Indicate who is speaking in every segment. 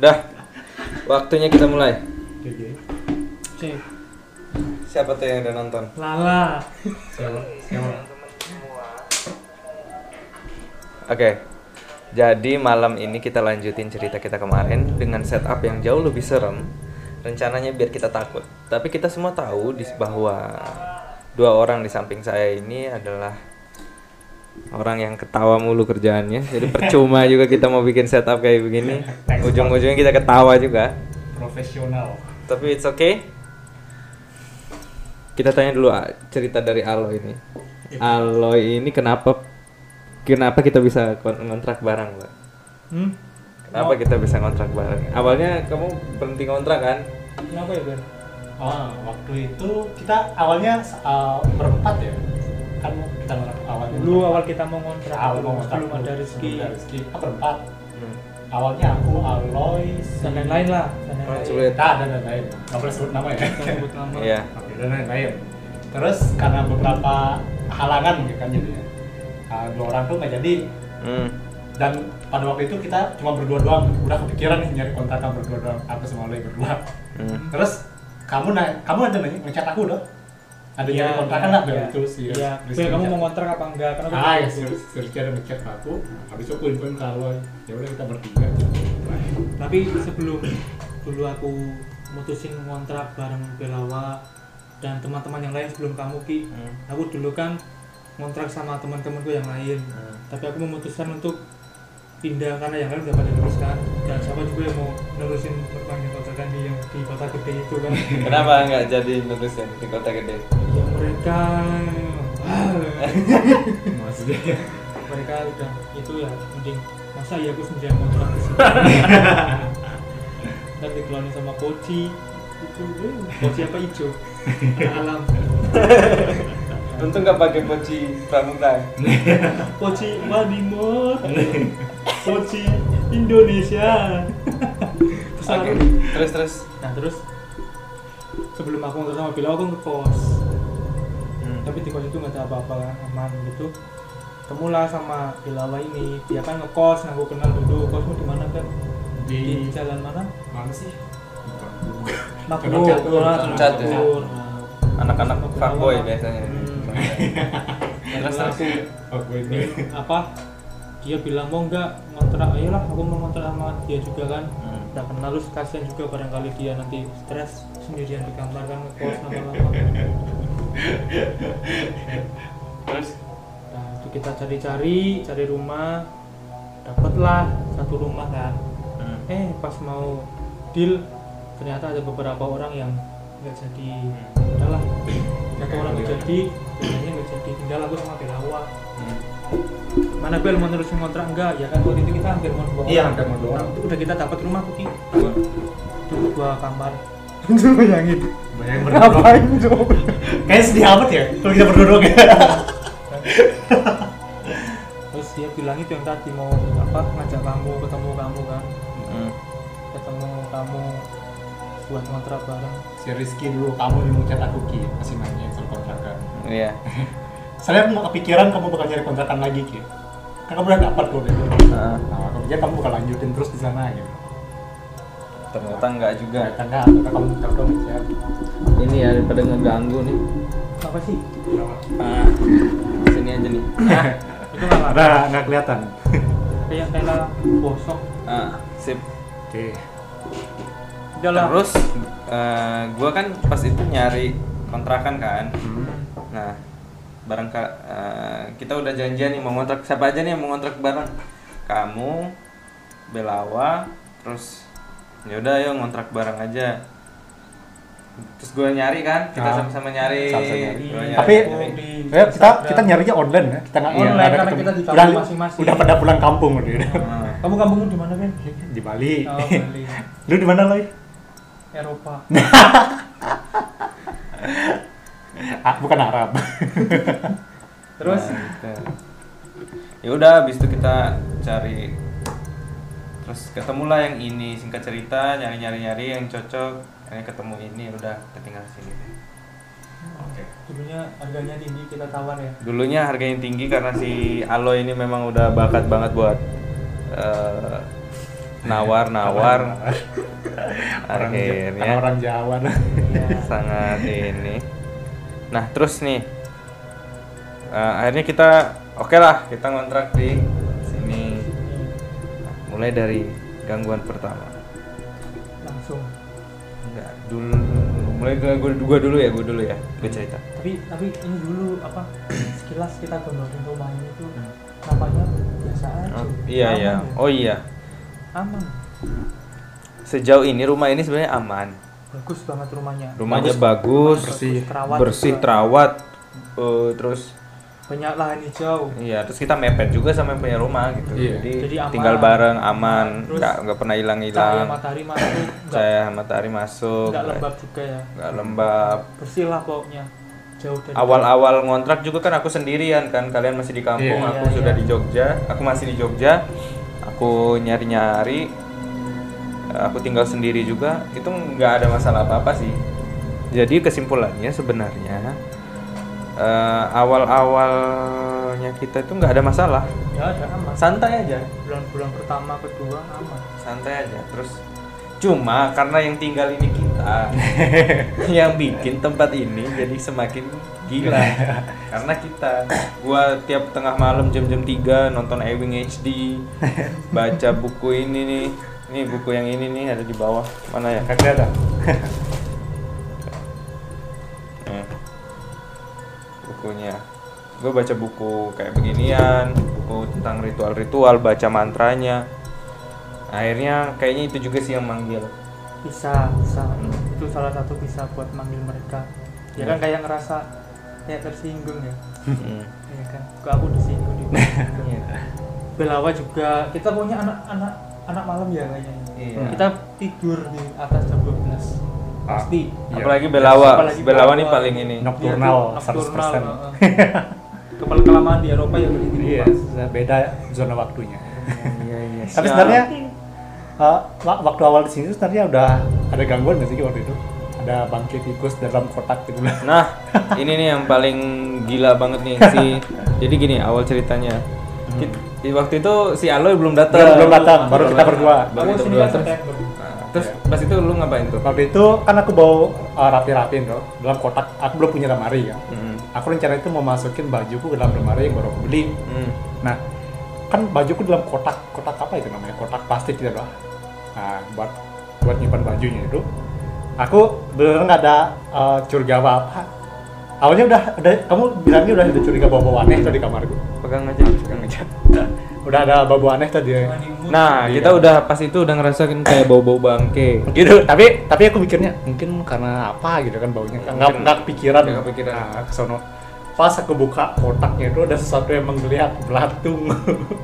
Speaker 1: Dah, waktunya kita mulai.
Speaker 2: Oke.
Speaker 3: Cek.
Speaker 1: Siapa tuh yang udah nonton?
Speaker 3: Lala.
Speaker 2: Siapa?
Speaker 1: Oke, jadi malam ini kita lanjutin cerita kita kemarin dengan setup yang jauh lebih serem. Rencananya biar kita takut. Tapi kita semua tahu bahwa dua orang di samping saya ini adalah orang yang ketawa mulu kerjaannya. Jadi percuma juga kita mau bikin setup kayak begini. Ujung-ujungnya kita ketawa juga.
Speaker 2: Profesional.
Speaker 1: Tapi it's okay. Kita tanya dulu cerita dari Aloy ini. Aloy ini kenapa kita bisa kontrak bareng, Mbak? Kenapa kita bisa kontrak bareng? Awalnya kamu berhenti kontrak kan?
Speaker 3: Kenapa ya, Ben?
Speaker 2: Waktu itu kita awalnya berempat ya. Kan kita awalnya
Speaker 3: Dulu awal kita mau kontrak, belum ada rezeki.
Speaker 2: Berempat. Awalnya aku, Aloy,
Speaker 3: Dan lain-lain lah.
Speaker 1: Sulit.
Speaker 2: dan lain-lain. Nggak boleh sebut nama ya.
Speaker 3: Sebut nama.
Speaker 1: Iya.
Speaker 2: Oke, dan lain-lain. Terus karena beberapa halangan gitu kan jadi ya. Dua orang tuh nggak jadi. Dan pada waktu itu kita cuma berdua doang, udah kepikiran nih nyari kontrakan berdua doang, aku sama Aloy berdua. Terus kamu ada ngechat aku dong, ada nyari kontrakan nggak biar itu sih.
Speaker 3: Iya. Ben, kamu mau kontrak apa enggak? Kenapa?
Speaker 2: Ya si Rizky ada ngechat aku, habis itu aku infoin ke Aloy, ya udah kita bertiga.
Speaker 3: Tapi sebelum dulu aku mutusin kontrak bareng Belawa dan teman-teman yang lain sebelum kamu Ki, aku dulu kan kontrak sama teman-temanku yang lain. Tapi aku memutuskan untuk pindah karena yang lain udah pada luruskan dan siapa juga yang mau nerusin perpanjang kontrakan di kota gede itu kan.
Speaker 1: Kenapa nggak jadi nerusin di kota gede?
Speaker 3: Ya mereka
Speaker 2: Maksudnya
Speaker 3: mereka udah itu ya mending masa ya aku sendirian kontrak di sini. Dan dikeluarin sama Koci itu Koci apa hijau alam.
Speaker 1: Untung nggak pakai poci pramuka.
Speaker 3: Koci Madimor, Koci Indonesia.
Speaker 1: Oke. Terus.
Speaker 3: Nah terus sebelum aku ngobrol sama Bila aku ngekos. Tapi di kos itu nggak ada apa-apa kan, aman gitu. Ketemulah sama Bilawa ini, dia kan ngekos, aku kenal dulu. Kosmu di mana kan? Di jalan mana?
Speaker 2: mana sih?
Speaker 3: Makmur.
Speaker 1: Cat ya?
Speaker 3: Makmur.
Speaker 1: Anak-anak fuckboy biasanya.
Speaker 3: Terus
Speaker 2: Aku ini
Speaker 3: apa? Dia bilang mau nggak ngontrak, ayolah aku mau ngontrak sama dia juga kan. Udah kenal, terus kasihan juga barangkali dia nanti stres sendirian di kamar kan ngekos lama-lama.
Speaker 1: Terus
Speaker 3: Nah itu kita cari rumah, dapatlah satu rumah kan. Pas mau deal ternyata ada beberapa orang yang nggak jadi. Udahlah, satu orang nggak jadi, lainnya nggak jadi. Tinggal aku sama Belawa. Mana Bel mau nerusin kontrak enggak? Ya kan waktu itu kita hampir mau dua
Speaker 2: Iya,
Speaker 3: orang.
Speaker 2: hampir mau dua orang.
Speaker 3: Itu udah kita dapat rumah tuh Ki. Dua kamar. Bayangin.
Speaker 2: banyak yang berdua. Kayaknya sedih amat ya kalau kita berdua doang ya.
Speaker 3: Terus dia bilang itu yang tadi mau ngajak ketemu kamu kan. Ketemu kamu buat kontrak bareng.
Speaker 2: Si Rizky dulu kamu dulu chat aku Ki, masih nanya soal kontrakan.
Speaker 1: iya.
Speaker 2: Saya nggak kepikiran kamu bakal nyari kontrakan lagi Ki. Kan kamu udah dapat kok gitu. Nah, aku pikir kamu bakal lanjutin terus di sana gitu.
Speaker 1: Ternyata enggak juga.
Speaker 2: Ternyata kamu ngechat.
Speaker 1: Ini ya daripada ngeganggu nih.
Speaker 3: Apa sih?
Speaker 1: Sini aja nih.
Speaker 3: Itu nggak
Speaker 2: Ada nggak kelihatan.
Speaker 3: kayak tela bosok.
Speaker 1: Sip.
Speaker 2: Oke.
Speaker 3: Udahlah.
Speaker 1: Terus gua kan pas itu nyari kontrakan kan. Nah, kita udah janjian nih mau ngontrak, siapa aja nih yang mau ngontrak bareng? Kamu, Belawa, terus ya udah ayo ngontrak bareng aja. Terus gue nyari kan, kita sama-sama nyari. Gua nyari.
Speaker 2: Tapi kita nyarinya online ya. Kita nggak
Speaker 3: Online,
Speaker 2: ada
Speaker 3: karena
Speaker 2: ketemu.
Speaker 3: kita di kampung
Speaker 2: udah,
Speaker 3: masing-masing.
Speaker 2: udah pada pulang kampung udah.
Speaker 3: Kamu kampungmu di mana, Ben?
Speaker 2: Di Bali.
Speaker 3: Oh, Bali.
Speaker 2: Lu di mana Loy?
Speaker 3: Eropa.
Speaker 2: Bukan Arab.
Speaker 3: Terus
Speaker 1: ya udah habis itu kita cari, terus ketemulah yang ini. Singkat cerita nyari yang cocok, akhirnya ketemu ini, udah kita tinggal sini.
Speaker 2: Oke.
Speaker 3: dulunya harganya tinggi kita tawar ya.
Speaker 1: Dulunya harganya tinggi karena si Aloy ini memang udah bakat banget buat nawar akhirnya
Speaker 2: orang Jawa.
Speaker 1: sangat ini. Nah terus nih akhirnya kita oke lah, kita ngontrak di sini. Nah, mulai dari gangguan pertama.
Speaker 3: Langsung.
Speaker 1: Enggak, dulu mulai gua dulu ya, gue cerita.
Speaker 3: Tapi ini dulu apa? Sekilas kita gambarin rumah ini tuh namanya biasa aja.
Speaker 1: Iya.
Speaker 3: Ya?
Speaker 1: Oh iya.
Speaker 3: Aman.
Speaker 1: Sejauh ini rumah ini sebenarnya aman.
Speaker 3: Bagus banget rumahnya.
Speaker 1: Rumahnya bagus, bersih, terawat, terus
Speaker 3: banyak lahan hijau.
Speaker 1: iya, terus kita mepet juga sama yang punya rumah gitu.
Speaker 2: Iya.
Speaker 3: Jadi aman.
Speaker 1: Tinggal bareng, aman,
Speaker 3: Terus
Speaker 1: nggak pernah
Speaker 3: Cahaya
Speaker 1: hilang-hilang.
Speaker 3: matahari masuk.
Speaker 1: Cahaya matahari masuk.
Speaker 3: Nggak lembab juga ya.
Speaker 1: Nggak lembab.
Speaker 3: Bersih lah pokoknya. Jauh dari
Speaker 1: Awal-awal ngontrak juga kan aku sendirian kan, kalian masih di kampung,
Speaker 2: Iya,
Speaker 1: aku sudah di Jogja, aku masih di Jogja. Aku nyari-nyari, aku tinggal sendiri juga, itu nggak ada masalah apa-apa sih. Jadi kesimpulannya sebenarnya awal-awalnya kita itu nggak ada masalah,
Speaker 3: ya ada aman.
Speaker 1: santai aja,
Speaker 3: Bulan-bulan pertama kedua aman.
Speaker 1: santai aja. Terus cuma karena yang tinggal ini kita yang bikin tempat ini jadi semakin gila. Karena gua tiap tengah malam jam-jam 3 nonton Ewing HD, baca buku ini nih buku yang ini nih ada di bawah, mana ya?
Speaker 2: Nggak kelihatan.
Speaker 1: Bukunya gue baca buku kayak beginian, buku tentang ritual-ritual, baca mantranya. Akhirnya kayaknya itu juga sih yang manggil.
Speaker 3: Bisa. Itu salah satu bisa buat manggil mereka. Ya kan kayak ngerasa kayak tersinggung ya. Ya kan. Kok aku disinggung di Belawa juga. Kita punya anak malam ya kayaknya.
Speaker 1: Iya.
Speaker 3: Kita tidur di atas jam 12. Pasti.
Speaker 1: Apalagi Belawa nih
Speaker 3: Belawa.
Speaker 1: paling ini.
Speaker 2: Nocturnal,
Speaker 3: Nocturnal.
Speaker 2: 100%.
Speaker 3: Kelamaan di Eropa ya begitu.
Speaker 2: Iya, beda zona waktunya.
Speaker 1: Iya.
Speaker 2: Tapi sebenarnya waktu awal di sini tuh sebenarnya udah ada gangguan nggak sih waktu itu? Ada bangkit tikus dalam kotak gitu.
Speaker 1: Nah, ini nih yang paling gila banget nih sih. Jadi gini awal ceritanya. Di waktu itu si Aloy belum datang.
Speaker 2: Iya, belum datang, baru kita berdua.
Speaker 1: Baru kita
Speaker 3: sini
Speaker 1: berdua
Speaker 3: kan
Speaker 1: terus.
Speaker 3: September.
Speaker 1: Terus pas itu lu ngapain tuh?
Speaker 2: Waktu itu kan aku bawa rapi-rapiin tuh dalam kotak. Aku belum punya lemari kan. Aku rencana itu mau masukin bajuku ke dalam lemari yang baru aku beli. Nah, kan bajuku dalam kotak apa itu namanya? Kotak plastik gitu loh. Nah, buat nyimpan bajunya itu. Aku bener nggak ada curiga apa-apa. Awalnya udah kamu bilangnya udah ada curiga bau-bau aneh tuh di kamarku.
Speaker 1: Pegang aja.
Speaker 2: Udah ada bau aneh tadi.
Speaker 1: Nah, kita udah pas itu udah ngerasain kayak bau-bau bangke.
Speaker 2: Gitu. Tapi aku mikirnya mungkin karena apa gitu kan baunya. Enggak kepikiran.
Speaker 1: Nggak kepikiran.
Speaker 2: Nah, kesono. Pas aku buka kotaknya itu ada sesuatu yang menggeliat belatung.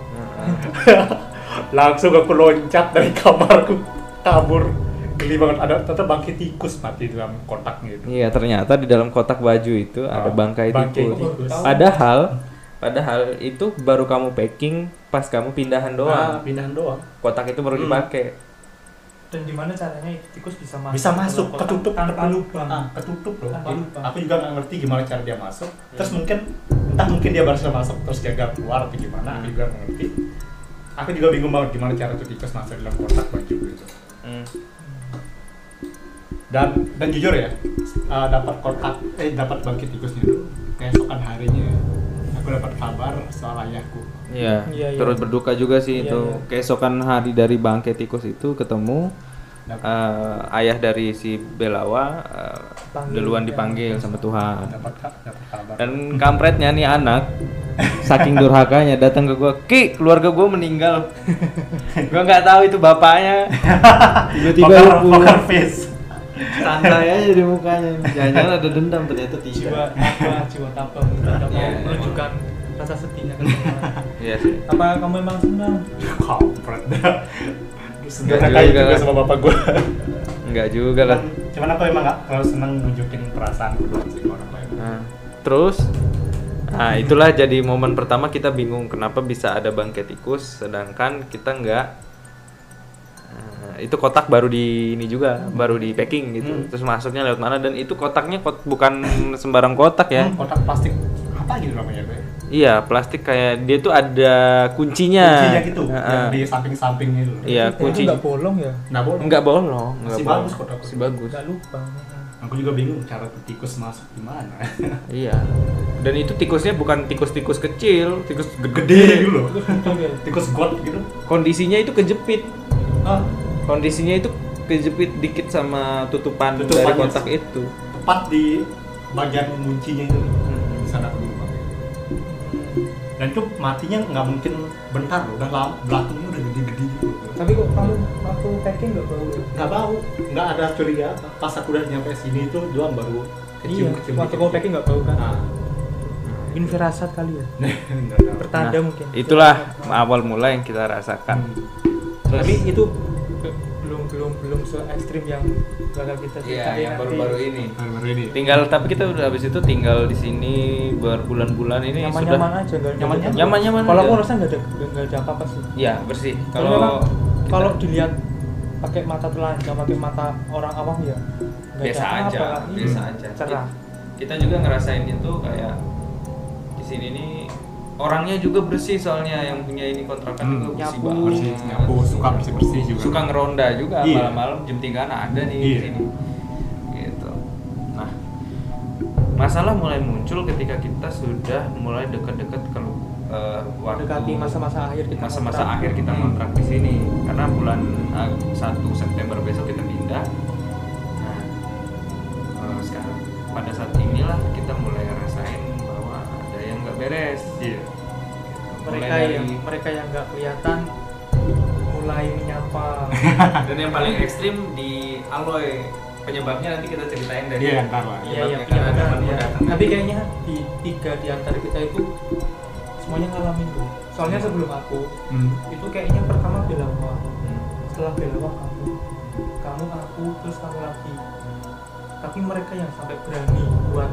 Speaker 2: Langsung aku loncat dari kamarku kabur. Geli banget, ada ternyata bangkai tikus mati di dalam kotaknya itu.
Speaker 1: Iya, ternyata di dalam kotak baju itu ada bangkai tikus.
Speaker 2: tikus.
Speaker 1: Padahal itu baru kamu packing pas kamu pindahan doang.
Speaker 2: Pindahan doang.
Speaker 1: Kotak itu baru dipakai.
Speaker 3: Dan gimana caranya tikus bisa masuk?
Speaker 2: Bisa masuk,
Speaker 3: ke dalam kotak
Speaker 2: ketutup
Speaker 3: tanpa lubang.
Speaker 2: Ketutup loh.
Speaker 3: Tanpa lubang.
Speaker 2: Aku juga nggak ngerti gimana cara dia masuk. Terus mungkin dia baru masuk terus gagal keluar atau gimana. Aku juga nggak ngerti. Aku juga bingung banget gimana cara tuh tikus masuk dalam kotak baju gitu. Dan jujur ya, dapat bangkit tikusnya itu keesokan harinya aku dapat kabar soal ayahku.
Speaker 1: Iya.
Speaker 3: Iya.
Speaker 1: Turut berduka juga sih
Speaker 3: Iya,
Speaker 1: itu.
Speaker 3: iya.
Speaker 1: Keesokan hari dari bangkai tikus itu ketemu ayah dari si Belawa duluan dipanggil sama Tuhan.
Speaker 2: Dapat kabar.
Speaker 1: Dan kampretnya nih anak saking durhakanya datang ke gua, "Ki, keluarga gua meninggal." Gua nggak tahu itu bapaknya. Tiba-tiba
Speaker 2: poker face.
Speaker 1: santai aja di mukanya. Jangan-jangan ada dendam, ternyata
Speaker 3: jiwa
Speaker 1: tidak.
Speaker 3: jiwa tabah tidak mau menunjukkan rasa sedihnya ke teman.
Speaker 1: Iya sih.
Speaker 3: Apa kamu emang senang?
Speaker 2: Kampret dah.
Speaker 1: Enggak
Speaker 2: Kayak
Speaker 1: juga
Speaker 2: juga
Speaker 1: lah.
Speaker 2: sama bapak gua.
Speaker 1: Enggak juga lah.
Speaker 2: Cuman aku emang nggak terlalu senang nunjukin perasaan dulu sih ke orang lain.
Speaker 1: Terus itulah jadi momen pertama kita bingung kenapa bisa ada bangkai tikus sedangkan kita nggak itu kotak baru di ini juga baru di packing gitu. Terus masuknya lewat mana dan itu kotaknya bukan sembarang kotak ya.
Speaker 2: Kotak plastik apa gitu namanya tuh?
Speaker 1: Iya, plastik kayak dia tuh ada kuncinya.
Speaker 2: Kuncinya gitu, yang di samping-samping itu.
Speaker 1: Iya,
Speaker 3: Itu
Speaker 1: kunci.
Speaker 3: nggak bolong ya?
Speaker 2: Nggak bolong.
Speaker 1: Enggak bolong,
Speaker 2: Masih
Speaker 1: bolong.
Speaker 2: bagus kok, aku.
Speaker 1: Masih bagus.
Speaker 3: Nggak lupa.
Speaker 2: Aku juga bingung cara tikus masuk gimana.
Speaker 1: Iya. Dan itu tikusnya bukan tikus-tikus kecil, tikus
Speaker 2: Gede gitu loh.
Speaker 3: Terus betul ya.
Speaker 2: Tikus god gitu.
Speaker 1: Kondisinya itu kejepit.
Speaker 2: Ah,
Speaker 1: Kondisinya itu kejepit dikit sama tutupan dari
Speaker 2: Tutupannya.
Speaker 1: kotak itu.
Speaker 2: tepat di bagian kuncinya itu. Di sana aku dulu pakai. Dan itu matinya nggak mungkin bentar loh, udah belakangnya udah gede-gede gitu loh.
Speaker 3: Tapi kok kamu waktu packing nggak bau ya?
Speaker 2: Nggak bau, nggak ada curiga apa. Pas aku udah nyampe sini itu doang baru
Speaker 3: Iya, waktu kamu packing nggak bau kan?
Speaker 2: Nah,
Speaker 3: Ini firasat kali ya?
Speaker 2: nggak ada.
Speaker 3: Pertanda mungkin.
Speaker 1: Itulah awal mula yang kita rasakan.
Speaker 2: Hmm.
Speaker 3: Tapi itu belum se ekstrim yang bakal kita ceritain nanti.
Speaker 1: ini.
Speaker 2: Baru ini.
Speaker 1: Tinggal tapi kita udah habis itu tinggal di sini berbulan-bulan ini
Speaker 3: Nyaman-nyaman
Speaker 1: sudah
Speaker 3: aja, nggak
Speaker 2: Nyaman-nyaman.
Speaker 1: nyaman-nyaman.
Speaker 3: Kalau
Speaker 1: aja.
Speaker 3: aku rasa nggak ada apa-apa sih.
Speaker 1: Iya, bersih.
Speaker 3: Kalau memang
Speaker 1: kita-
Speaker 3: kalau dilihat pakai mata telanjang, pakai mata orang awam ya nggak
Speaker 1: biasa
Speaker 3: ada
Speaker 1: aja,
Speaker 3: apa-apa.
Speaker 1: biasa
Speaker 3: Iya,
Speaker 1: aja.
Speaker 3: cerah.
Speaker 1: Kita juga ngerasain itu kayak di sini nih orangnya juga bersih soalnya yang punya ini kontrakan juga bersih
Speaker 3: Nyapu.
Speaker 1: banget.
Speaker 2: Bersih, nyapu, suka bersih-bersih juga.
Speaker 1: Suka ngeronda juga
Speaker 2: Iya.
Speaker 1: malam-malam jam 3 ada nih
Speaker 2: Iya.
Speaker 1: di sini. Gitu. Nah, masalah mulai muncul ketika kita sudah mulai dekat-dekat kalau waktu
Speaker 3: Mendekati masa-masa akhir kita
Speaker 1: masa-masa
Speaker 3: kontrak.
Speaker 1: akhir kita kontrak di sini karena bulan 1 September besok kita pindah. Nah, sekarang pada saat inilah kita mulai rasain bahwa ada yang nggak beres.
Speaker 2: Iya.
Speaker 3: mereka yang nggak kelihatan mulai menyapa.
Speaker 1: Dan yang paling ekstrim di Aloy, penyebabnya nanti kita ceritain dari
Speaker 2: Iya, ntar lah.
Speaker 3: Iya,
Speaker 1: penyebabnya
Speaker 3: iya,
Speaker 1: karena ada
Speaker 3: iya.
Speaker 1: teman datang.
Speaker 3: Tapi kayaknya di 3 di antara kita itu semuanya ngalamin tuh. Soalnya sebelum aku itu kayaknya pertama Belawa, setelah Belawa kamu aku terus kamu lagi. Tapi mereka yang sampai berani buat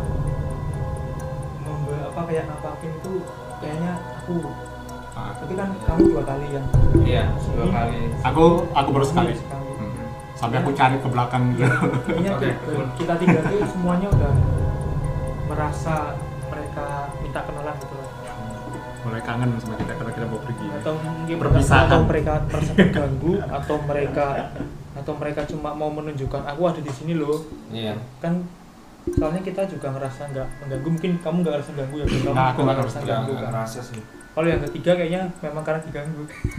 Speaker 3: kayak nampakin itu kayaknya aku. Tapi kan kamu 2 kali yang
Speaker 1: Iya, 2 kali.
Speaker 2: Aku baru sekali. Sampai aku cari ke belakang gitu.
Speaker 3: Kayaknya
Speaker 1: Oke.
Speaker 3: kita 3 tuh semuanya udah merasa mereka minta kenalan gitu loh.
Speaker 2: Mulai kangen sama kita karena kita mau pergi.
Speaker 3: Atau mungkin
Speaker 2: Perpisahan.
Speaker 3: atau mereka merasa terganggu atau mereka cuma mau menunjukkan aku ada di sini loh.
Speaker 1: Iya.
Speaker 3: Kan soalnya kita juga ngerasa nggak mengganggu, mungkin kamu nggak ngerasa ganggu ya, kamu
Speaker 2: Nah, aku
Speaker 3: juga
Speaker 2: nggak
Speaker 3: ngerasa
Speaker 2: ngerasa
Speaker 3: ganggu kan.
Speaker 1: ngerasa sih.
Speaker 3: Kalau yang ketiga kayaknya memang karena diganggu.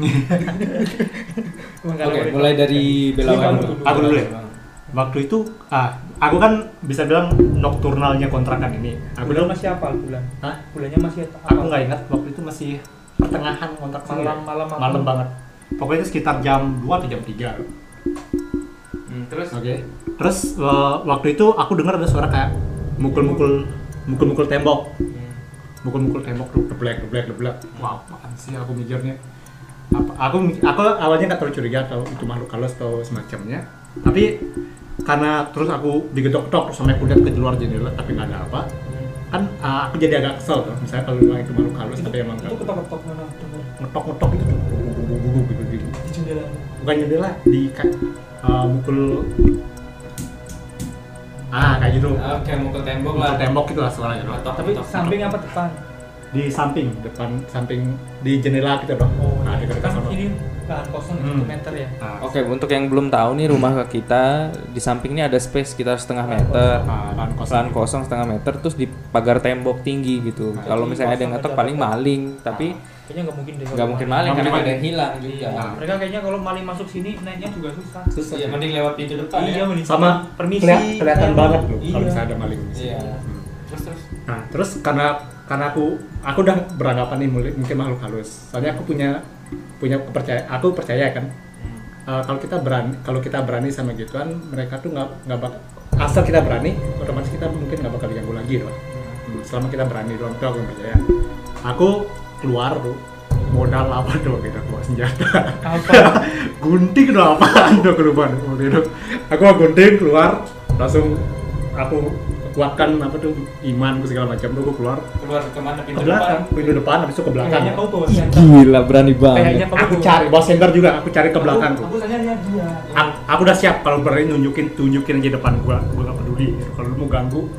Speaker 1: Oke, mulai dari Belawan dulu.
Speaker 2: Aku dulu ya. Waktu itu aku kan bisa bilang nokturnalnya kontrakan ini. Aku
Speaker 3: Bulan
Speaker 2: dulu
Speaker 3: masih apa bulan?
Speaker 2: Hah?
Speaker 3: Bulannya masih apa?
Speaker 2: Aku nggak ingat waktu itu masih pertengahan kontrak sini ya. Malam banget. Pokoknya itu sekitar jam 2 atau jam 3.
Speaker 1: Terus
Speaker 2: Oke. Terus waktu itu aku dengar ada suara kayak mukul-mukul tembok. Mukul-mukul tembok tuh geblek. Wah, apaan sih aku mikirnya. Aku awalnya nggak terlalu curiga atau itu makhluk halus atau semacamnya. Tapi karena terus aku digedok-gedok terus sampai aku lihat ke luar jendela tapi nggak ada apa. Kan aku jadi agak kesel tuh. Misalnya kalau itu makhluk halus tapi emang
Speaker 3: Itu ketok-ketok mana? Dengar
Speaker 2: ngetok-ngetok gitu tuh. Gitu.
Speaker 3: di jendela.
Speaker 2: Bukan jendela, di mukul kayak gitu.
Speaker 1: Oke, mukul tembok
Speaker 2: Mukul
Speaker 1: lah.
Speaker 2: tembok gitu lah suaranya loh.
Speaker 3: Tapi samping apa depan?
Speaker 2: Di samping di jendela kita dong. Nah, dekat
Speaker 3: kan
Speaker 2: sana.
Speaker 3: ini lahan kosong 1 meter ya.
Speaker 2: Nah,
Speaker 1: Oke, untuk yang belum tahu nih rumah kita di sampingnya ada space sekitar setengah meter. Lahan kosong setengah meter terus di pagar tembok tinggi gitu.
Speaker 2: Nah,
Speaker 1: Kalau misalnya ada yang ngetok paling maling, tapi
Speaker 3: Kayaknya nggak mungkin deh.
Speaker 1: nggak mungkin maling
Speaker 2: Nggak
Speaker 1: karena
Speaker 2: mungkin
Speaker 1: ada yang hilang
Speaker 3: Iya.
Speaker 1: juga.
Speaker 2: Nah.
Speaker 3: Mereka kayaknya kalau maling masuk sini naiknya juga susah.
Speaker 1: Iya, mending lewat pintu depan
Speaker 3: Iya,
Speaker 1: ya.
Speaker 3: mending
Speaker 2: sama
Speaker 3: permisi.
Speaker 2: kelihatan
Speaker 3: ayo.
Speaker 2: banget loh
Speaker 3: Iya.
Speaker 2: kalau misalnya ada maling di sini.
Speaker 1: Iya.
Speaker 2: Hmm.
Speaker 1: Terus.
Speaker 2: Nah, terus karena aku udah beranggapan nih mungkin makhluk halus. Soalnya aku punya aku percaya kan. Kalau kita berani sama gituan, mereka tuh nggak bakal asal kita berani, otomatis kita mungkin nggak bakal diganggu lagi loh. Selama kita berani doang itu aku percaya. Aku keluar tuh modal apa tuh kita bawa senjata.
Speaker 3: Apa?
Speaker 2: Gunting udah apaan tuh keluar waktu itu. Aku gunting keluar langsung aku kuatkan apa tuh imanku segala macam tuh aku keluar
Speaker 1: Keluar kemana
Speaker 2: ke
Speaker 1: pintu
Speaker 2: belakang
Speaker 1: depan?
Speaker 2: pintu depan habis itu ke belakang.
Speaker 3: Kayaknya kau bawa senter.
Speaker 1: Gila, berani
Speaker 3: Kayaknya kamu
Speaker 2: Aku
Speaker 3: bawa-
Speaker 2: cari bawa senter juga, aku cari ke belakang tuh.
Speaker 3: Aku tanya lihat dia.
Speaker 2: Aku udah siap kalau berani tunjukin aja depan gua nggak peduli. Kalau lu mau ganggu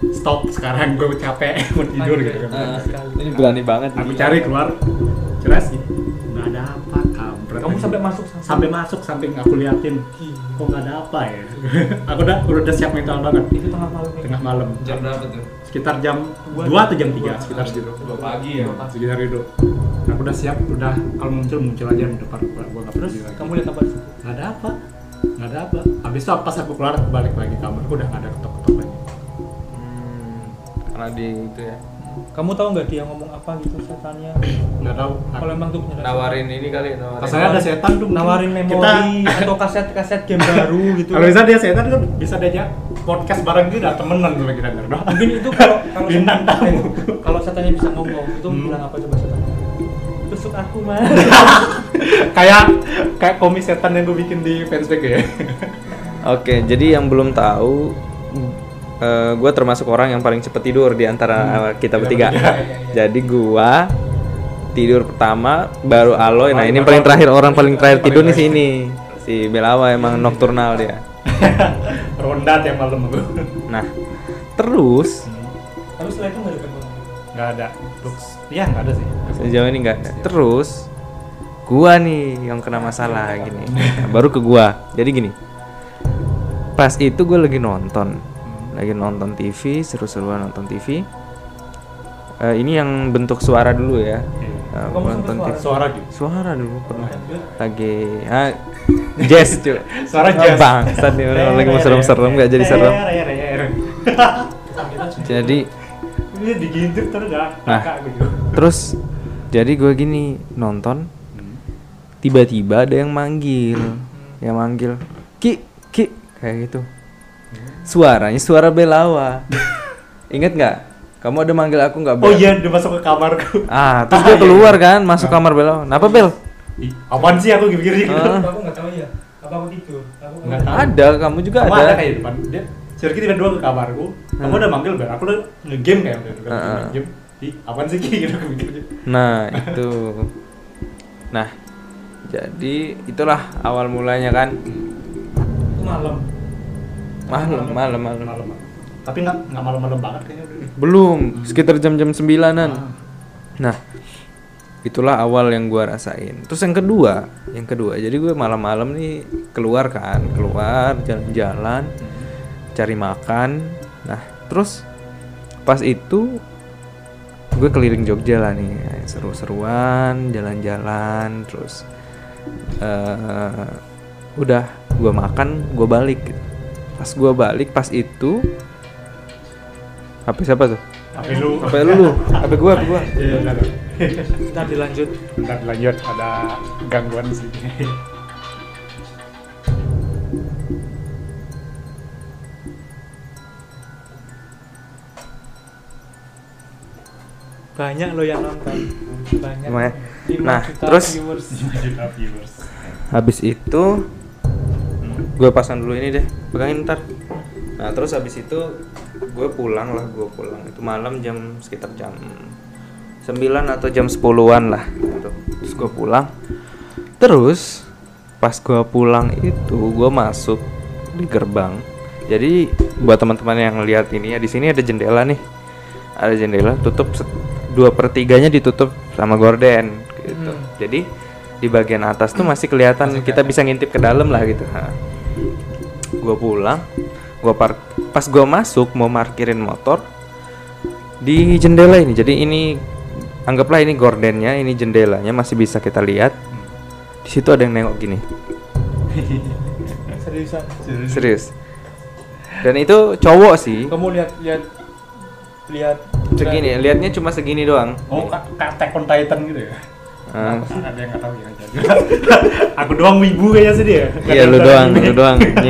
Speaker 2: stop sekarang, gue capek mau tidur gitu kan.
Speaker 1: Ini berani banget.
Speaker 2: Aku cari keluar, jelas sih nggak ada apa, kampret.
Speaker 3: Kamu sampai masuk
Speaker 2: sampai aku liatin, kok nggak ada apa ya. Aku udah siap mental banget.
Speaker 3: itu tengah malam.
Speaker 1: Jam berapa tuh?
Speaker 2: Sekitar jam 2 atau jam 3 sekitar segitu.
Speaker 1: 2 pagi ya.
Speaker 2: Sekitar itu. Aku udah siap, udah kalau muncul aja di depan gua nggak
Speaker 3: Terus
Speaker 2: peduli lagi.
Speaker 3: kamu lihat apa?
Speaker 2: Nggak ada apa. Habis itu pas aku keluar aku balik lagi kamar, aku udah nggak ada ketok-ketok lagi.
Speaker 1: Karena di itu ya.
Speaker 3: Kamu tahu nggak dia ngomong apa gitu setannya?
Speaker 2: Nggak tahu.
Speaker 3: Kalau emang tuh beneran
Speaker 1: Nawarin ini kali, nawarin.
Speaker 2: Pas saya ada setan tuh
Speaker 3: nawarin memori atau kaset game baru gitu.
Speaker 2: Kalau bisa dia setan kan bisa diajak podcast bareng gitu, udah temenan tuh kita berdua.
Speaker 3: Mungkin itu kalau
Speaker 2: Bintang tamu.
Speaker 3: Kalau setannya bisa ngomong, itu bilang apa coba setannya? Tusuk aku, Mas.
Speaker 2: kayak komik setan yang gue bikin di fanspage ya.
Speaker 1: Oke, jadi yang belum tahu, gue termasuk orang yang paling cepet tidur di antara kita bertiga. Jadi gue tidur pertama, baru Aloy. Nah ini paling terakhir, orang paling terakhir tidur nih sini. Si Belawa emang nocturnal dia.
Speaker 2: Ronda tiap malam gue.
Speaker 1: Nah, terus
Speaker 3: Tapi setelah itu nggak ada gangguan.
Speaker 2: Nggak ada. Iya nggak ada sih.
Speaker 1: sejauh ini nggak ada. Terus gua nih yang kena masalah gini. Nah, baru ke gua. Jadi gini. Pas itu gue lagi nonton TV, seru-seruan nonton TV. Ini yang bentuk suara dulu ya.
Speaker 3: Kamu
Speaker 1: Nonton
Speaker 3: suara?
Speaker 1: TV.
Speaker 2: Suara gitu.
Speaker 1: Suara dulu pernah. Lagi jazz cuy.
Speaker 2: Suara jazz.
Speaker 1: Bangsat nih orang lagi mau serem-serem nggak jadi serem. Jadi
Speaker 2: Ini digintip terus dah.
Speaker 1: Nah, terus jadi gue gini nonton, tiba-tiba ada yang manggil, Ki, kayak gitu. Suaranya suara Belawa. Ingat nggak? Kamu ada manggil aku nggak?
Speaker 2: Oh iya, dia masuk ke kamarku.
Speaker 1: Terus gue keluar kan, masuk kamar Belawa. Kenapa Bel?
Speaker 2: Apaan sih aku pikir gitu?
Speaker 3: Aku nggak tahu ya. Apa aku tidur? Aku
Speaker 2: Nggak tahu.
Speaker 1: Ada, kamu juga
Speaker 2: Kamu
Speaker 1: ada.
Speaker 2: ada kayak di depan. Dia Sirki tiba-tiba ke kamarku. Kamu udah manggil Bel. Aku udah nge-game kayak gitu. Game. Apaan sih Ki? Gitu aku mikirnya.
Speaker 1: Nah itu. Nah, jadi itulah awal mulanya kan.
Speaker 3: itu malam.
Speaker 1: Malam.
Speaker 2: Tapi nggak malam-malam banget kayaknya.
Speaker 1: Belum, sekitar jam-jam 9-an. Nah, itulah awal yang gua rasain. Terus yang kedua, jadi gue malam-malam nih keluar jalan-jalan, cari makan. Nah, terus pas itu gue keliling Jogja lah nih, seru-seruan, jalan-jalan, terus udah gue makan, gue balik. Pas gue balik, pas itu HP siapa tuh?
Speaker 2: HP lu.
Speaker 1: HP gua.
Speaker 2: Iya, enggak ada.
Speaker 3: Ntar dilanjut.
Speaker 2: Bentar lanjut, ada gangguan sih.
Speaker 3: Banyak lo yang nonton. Banyak.
Speaker 1: Lumayan.
Speaker 3: 5
Speaker 1: Nah,
Speaker 3: juta
Speaker 1: terus
Speaker 3: viewers.
Speaker 2: 5 juta viewers.
Speaker 1: habis itu gue pasang dulu ini deh, pegangin ntar. Nah terus habis itu gue pulang itu malam sekitar jam 9 atau jam 10-an lah gitu. Terus gue pulang, terus pas gue pulang itu gue masuk di gerbang. Jadi buat teman-teman yang lihat ini ya, di sini ada jendela nih, ada jendela tutup 2/3-nya ditutup sama gorden gitu. Jadi di bagian atas tuh masih kelihatan, kita bisa ngintip ke dalam lah gitu. Gue pulang, pas gue masuk mau parkirin motor di jendela ini. Jadi ini anggaplah ini gordennya, ini jendelanya masih bisa kita lihat. Di situ ada yang nengok gini. Serius. Dan itu cowok sih.
Speaker 3: Kamu lihat
Speaker 1: Segini, lihatnya cuma segini doang.
Speaker 2: Oh, kayak Attack on Titan gitu ya? Ada yang nggak tahu ya. Aku doang wibu kayaknya sih dia.
Speaker 1: Iya, lu doang anjing.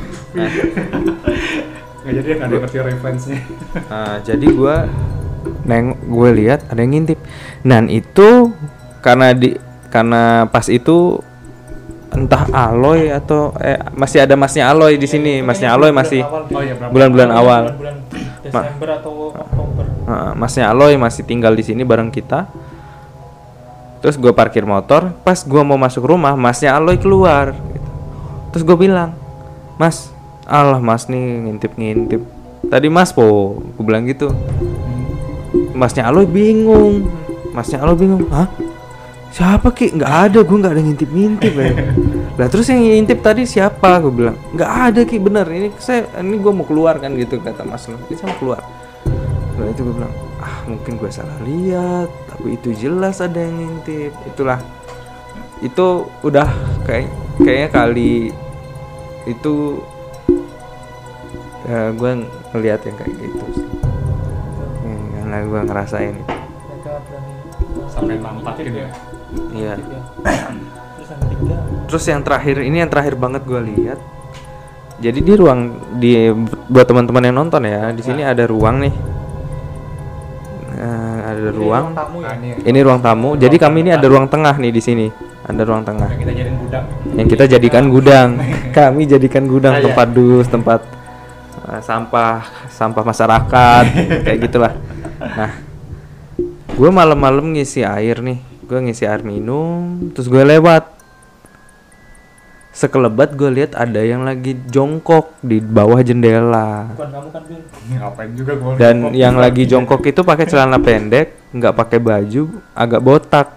Speaker 2: Nggak jadi nggak ada yang ngerti reference-nya.
Speaker 1: Jadi gue lihat ada yang ngintip. Dan itu karena pas itu entah Aloy atau masih ada masnya Aloy di sini. Masnya Aloy masih bulan-bulan awal.
Speaker 3: Bulan Desember atau Oktober.
Speaker 1: Masnya Aloy masih tinggal di sini bareng kita. Terus gue parkir motor, pas gue mau masuk rumah, masnya Aloy keluar gitu. Terus gue bilang, Mas nih ngintip-ngintip. tadi Mas Po, gue bilang gitu. Masnya Aloy bingung. Hah? Siapa Ki? Nggak ada, gue nggak ada ngintip-ngintip ya. Lah terus yang ngintip tadi siapa? Gue bilang nggak ada Ki, bener. Ini gue mau keluar kan gitu kata Mas lo. Ini saya mau keluar. Nah itu gue bilang mungkin gue salah lihat, tapi itu jelas ada yang ngintip. Itu udah kayaknya kali itu gue ngeliat yang kayak gitu sih. Karena gue ngerasain itu.
Speaker 3: Mereka berani
Speaker 2: Sampai nampak gitu ya.
Speaker 1: Iya.
Speaker 3: Terus yang ketiga,
Speaker 1: Terus yang terakhir banget gue lihat. Jadi buat teman-teman yang nonton ya, di sini ada ruang nih. Ada ruang.
Speaker 3: tamu ya.
Speaker 1: Ini ruang tamu. Jadi kami ini ada ruang tengah nih di sini. Ada ruang tengah.
Speaker 2: Yang kita jadiin gudang.
Speaker 1: Yang kita jadikan gudang. Kami jadikan gudang, tempat dus, tempat sampah masyarakat, kayak gitulah. Nah, gue malam-malam ngisi air nih. Gue ngisi air minum, terus gue lewat. Sekelebat gue lihat ada yang lagi jongkok di bawah jendela.
Speaker 3: Bukan kamu kan Bil?
Speaker 2: Ngapain juga gue.
Speaker 1: Dan yang lagi jongkok itu pakai celana pendek, nggak pakai baju, agak botak.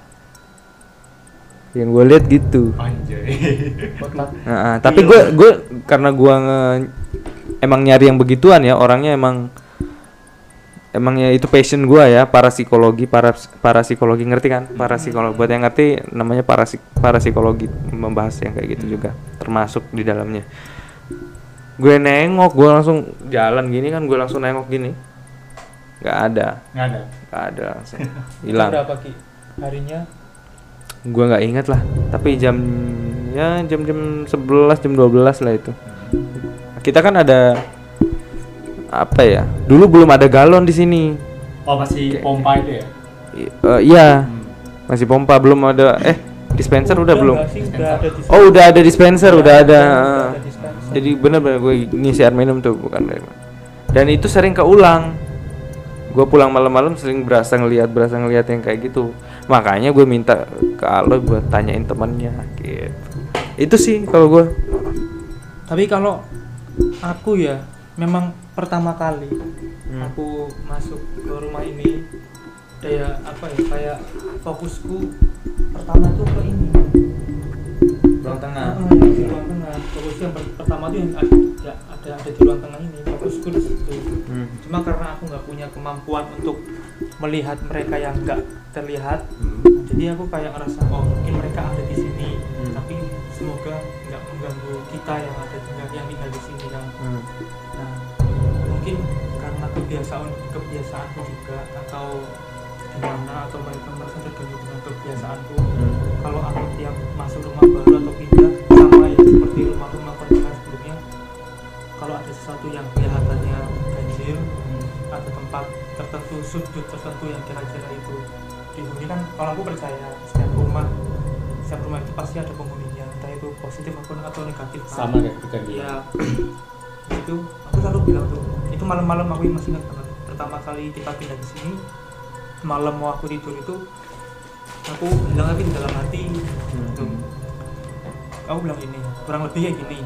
Speaker 1: Yang gue lihat gitu.
Speaker 2: Anjay.
Speaker 3: Botak.
Speaker 1: Tapi gue karena gue emang nyari yang begituan ya, orangnya emangnya itu passion gue ya, parapsikologi ngerti kan? Parapsikologi, buat yang ngerti namanya parapsikologi, membahas yang kayak gitu juga termasuk di dalamnya. Gue nengok, gue langsung jalan gini kan, gue langsung nengok gini, nggak ada langsung hilang.
Speaker 3: Berapa Ki harinya?
Speaker 1: Gue nggak ingat lah, tapi jam 11 jam 12 lah itu. Kita kan ada apa ya? Dulu belum ada galon di sini.
Speaker 2: Oh masih pompa itu ya?
Speaker 1: Iya. Masih pompa, belum ada dispenser udah belum.
Speaker 3: Udah ada
Speaker 1: Dispenser udah ada.
Speaker 3: dispenser.
Speaker 1: Jadi bener-bener gue ngisi air minum tuh bukan dari mana. Dan itu sering keulang. Gue pulang malam-malam sering berasa ngelihat yang kayak gitu. Makanya gue minta ke Aloy buat tanyain temannya gitu. Itu sih kalau gue.
Speaker 3: Tapi kalau aku ya memang pertama kali aku masuk ke rumah ini kayak fokusku pertama tuh ke ini
Speaker 1: Ruang tengah.
Speaker 3: Di ruang tengah. Fokusku yang pertama tuh yang ada di ruang tengah ini, fokusku di situ. Cuma karena aku nggak punya kemampuan untuk melihat mereka yang nggak terlihat, jadi aku kayak ngerasa mungkin mereka ada di sini, tapi semoga nggak mengganggu kita yang tinggal di sini kan. Nah, mungkin karena kebiasaanku juga atau gimana, atau mereka merasa terganggu dengan kebiasaanku. Kalau aku tiap masuk rumah baru atau pindah sama ya seperti rumah-rumah kontrakan sebelumnya, kalau ada sesuatu yang kelihatannya ganjil, ada tempat tertentu, sudut tertentu yang kira-kira itu dihuni kan, kalau aku percaya setiap rumah itu pasti ada penghuninya, entah itu positif atau negatif.
Speaker 2: Sama kayak kita gitu.
Speaker 3: Ya, itu aku selalu bilang tuh, itu malam-malam aku masih ingat banget. Pertama kali kita pindah ke sini, malam mau aku tidur itu, aku bilang lagi di dalam hati, tuh, aku bilang ini, kurang lebih kayak gini.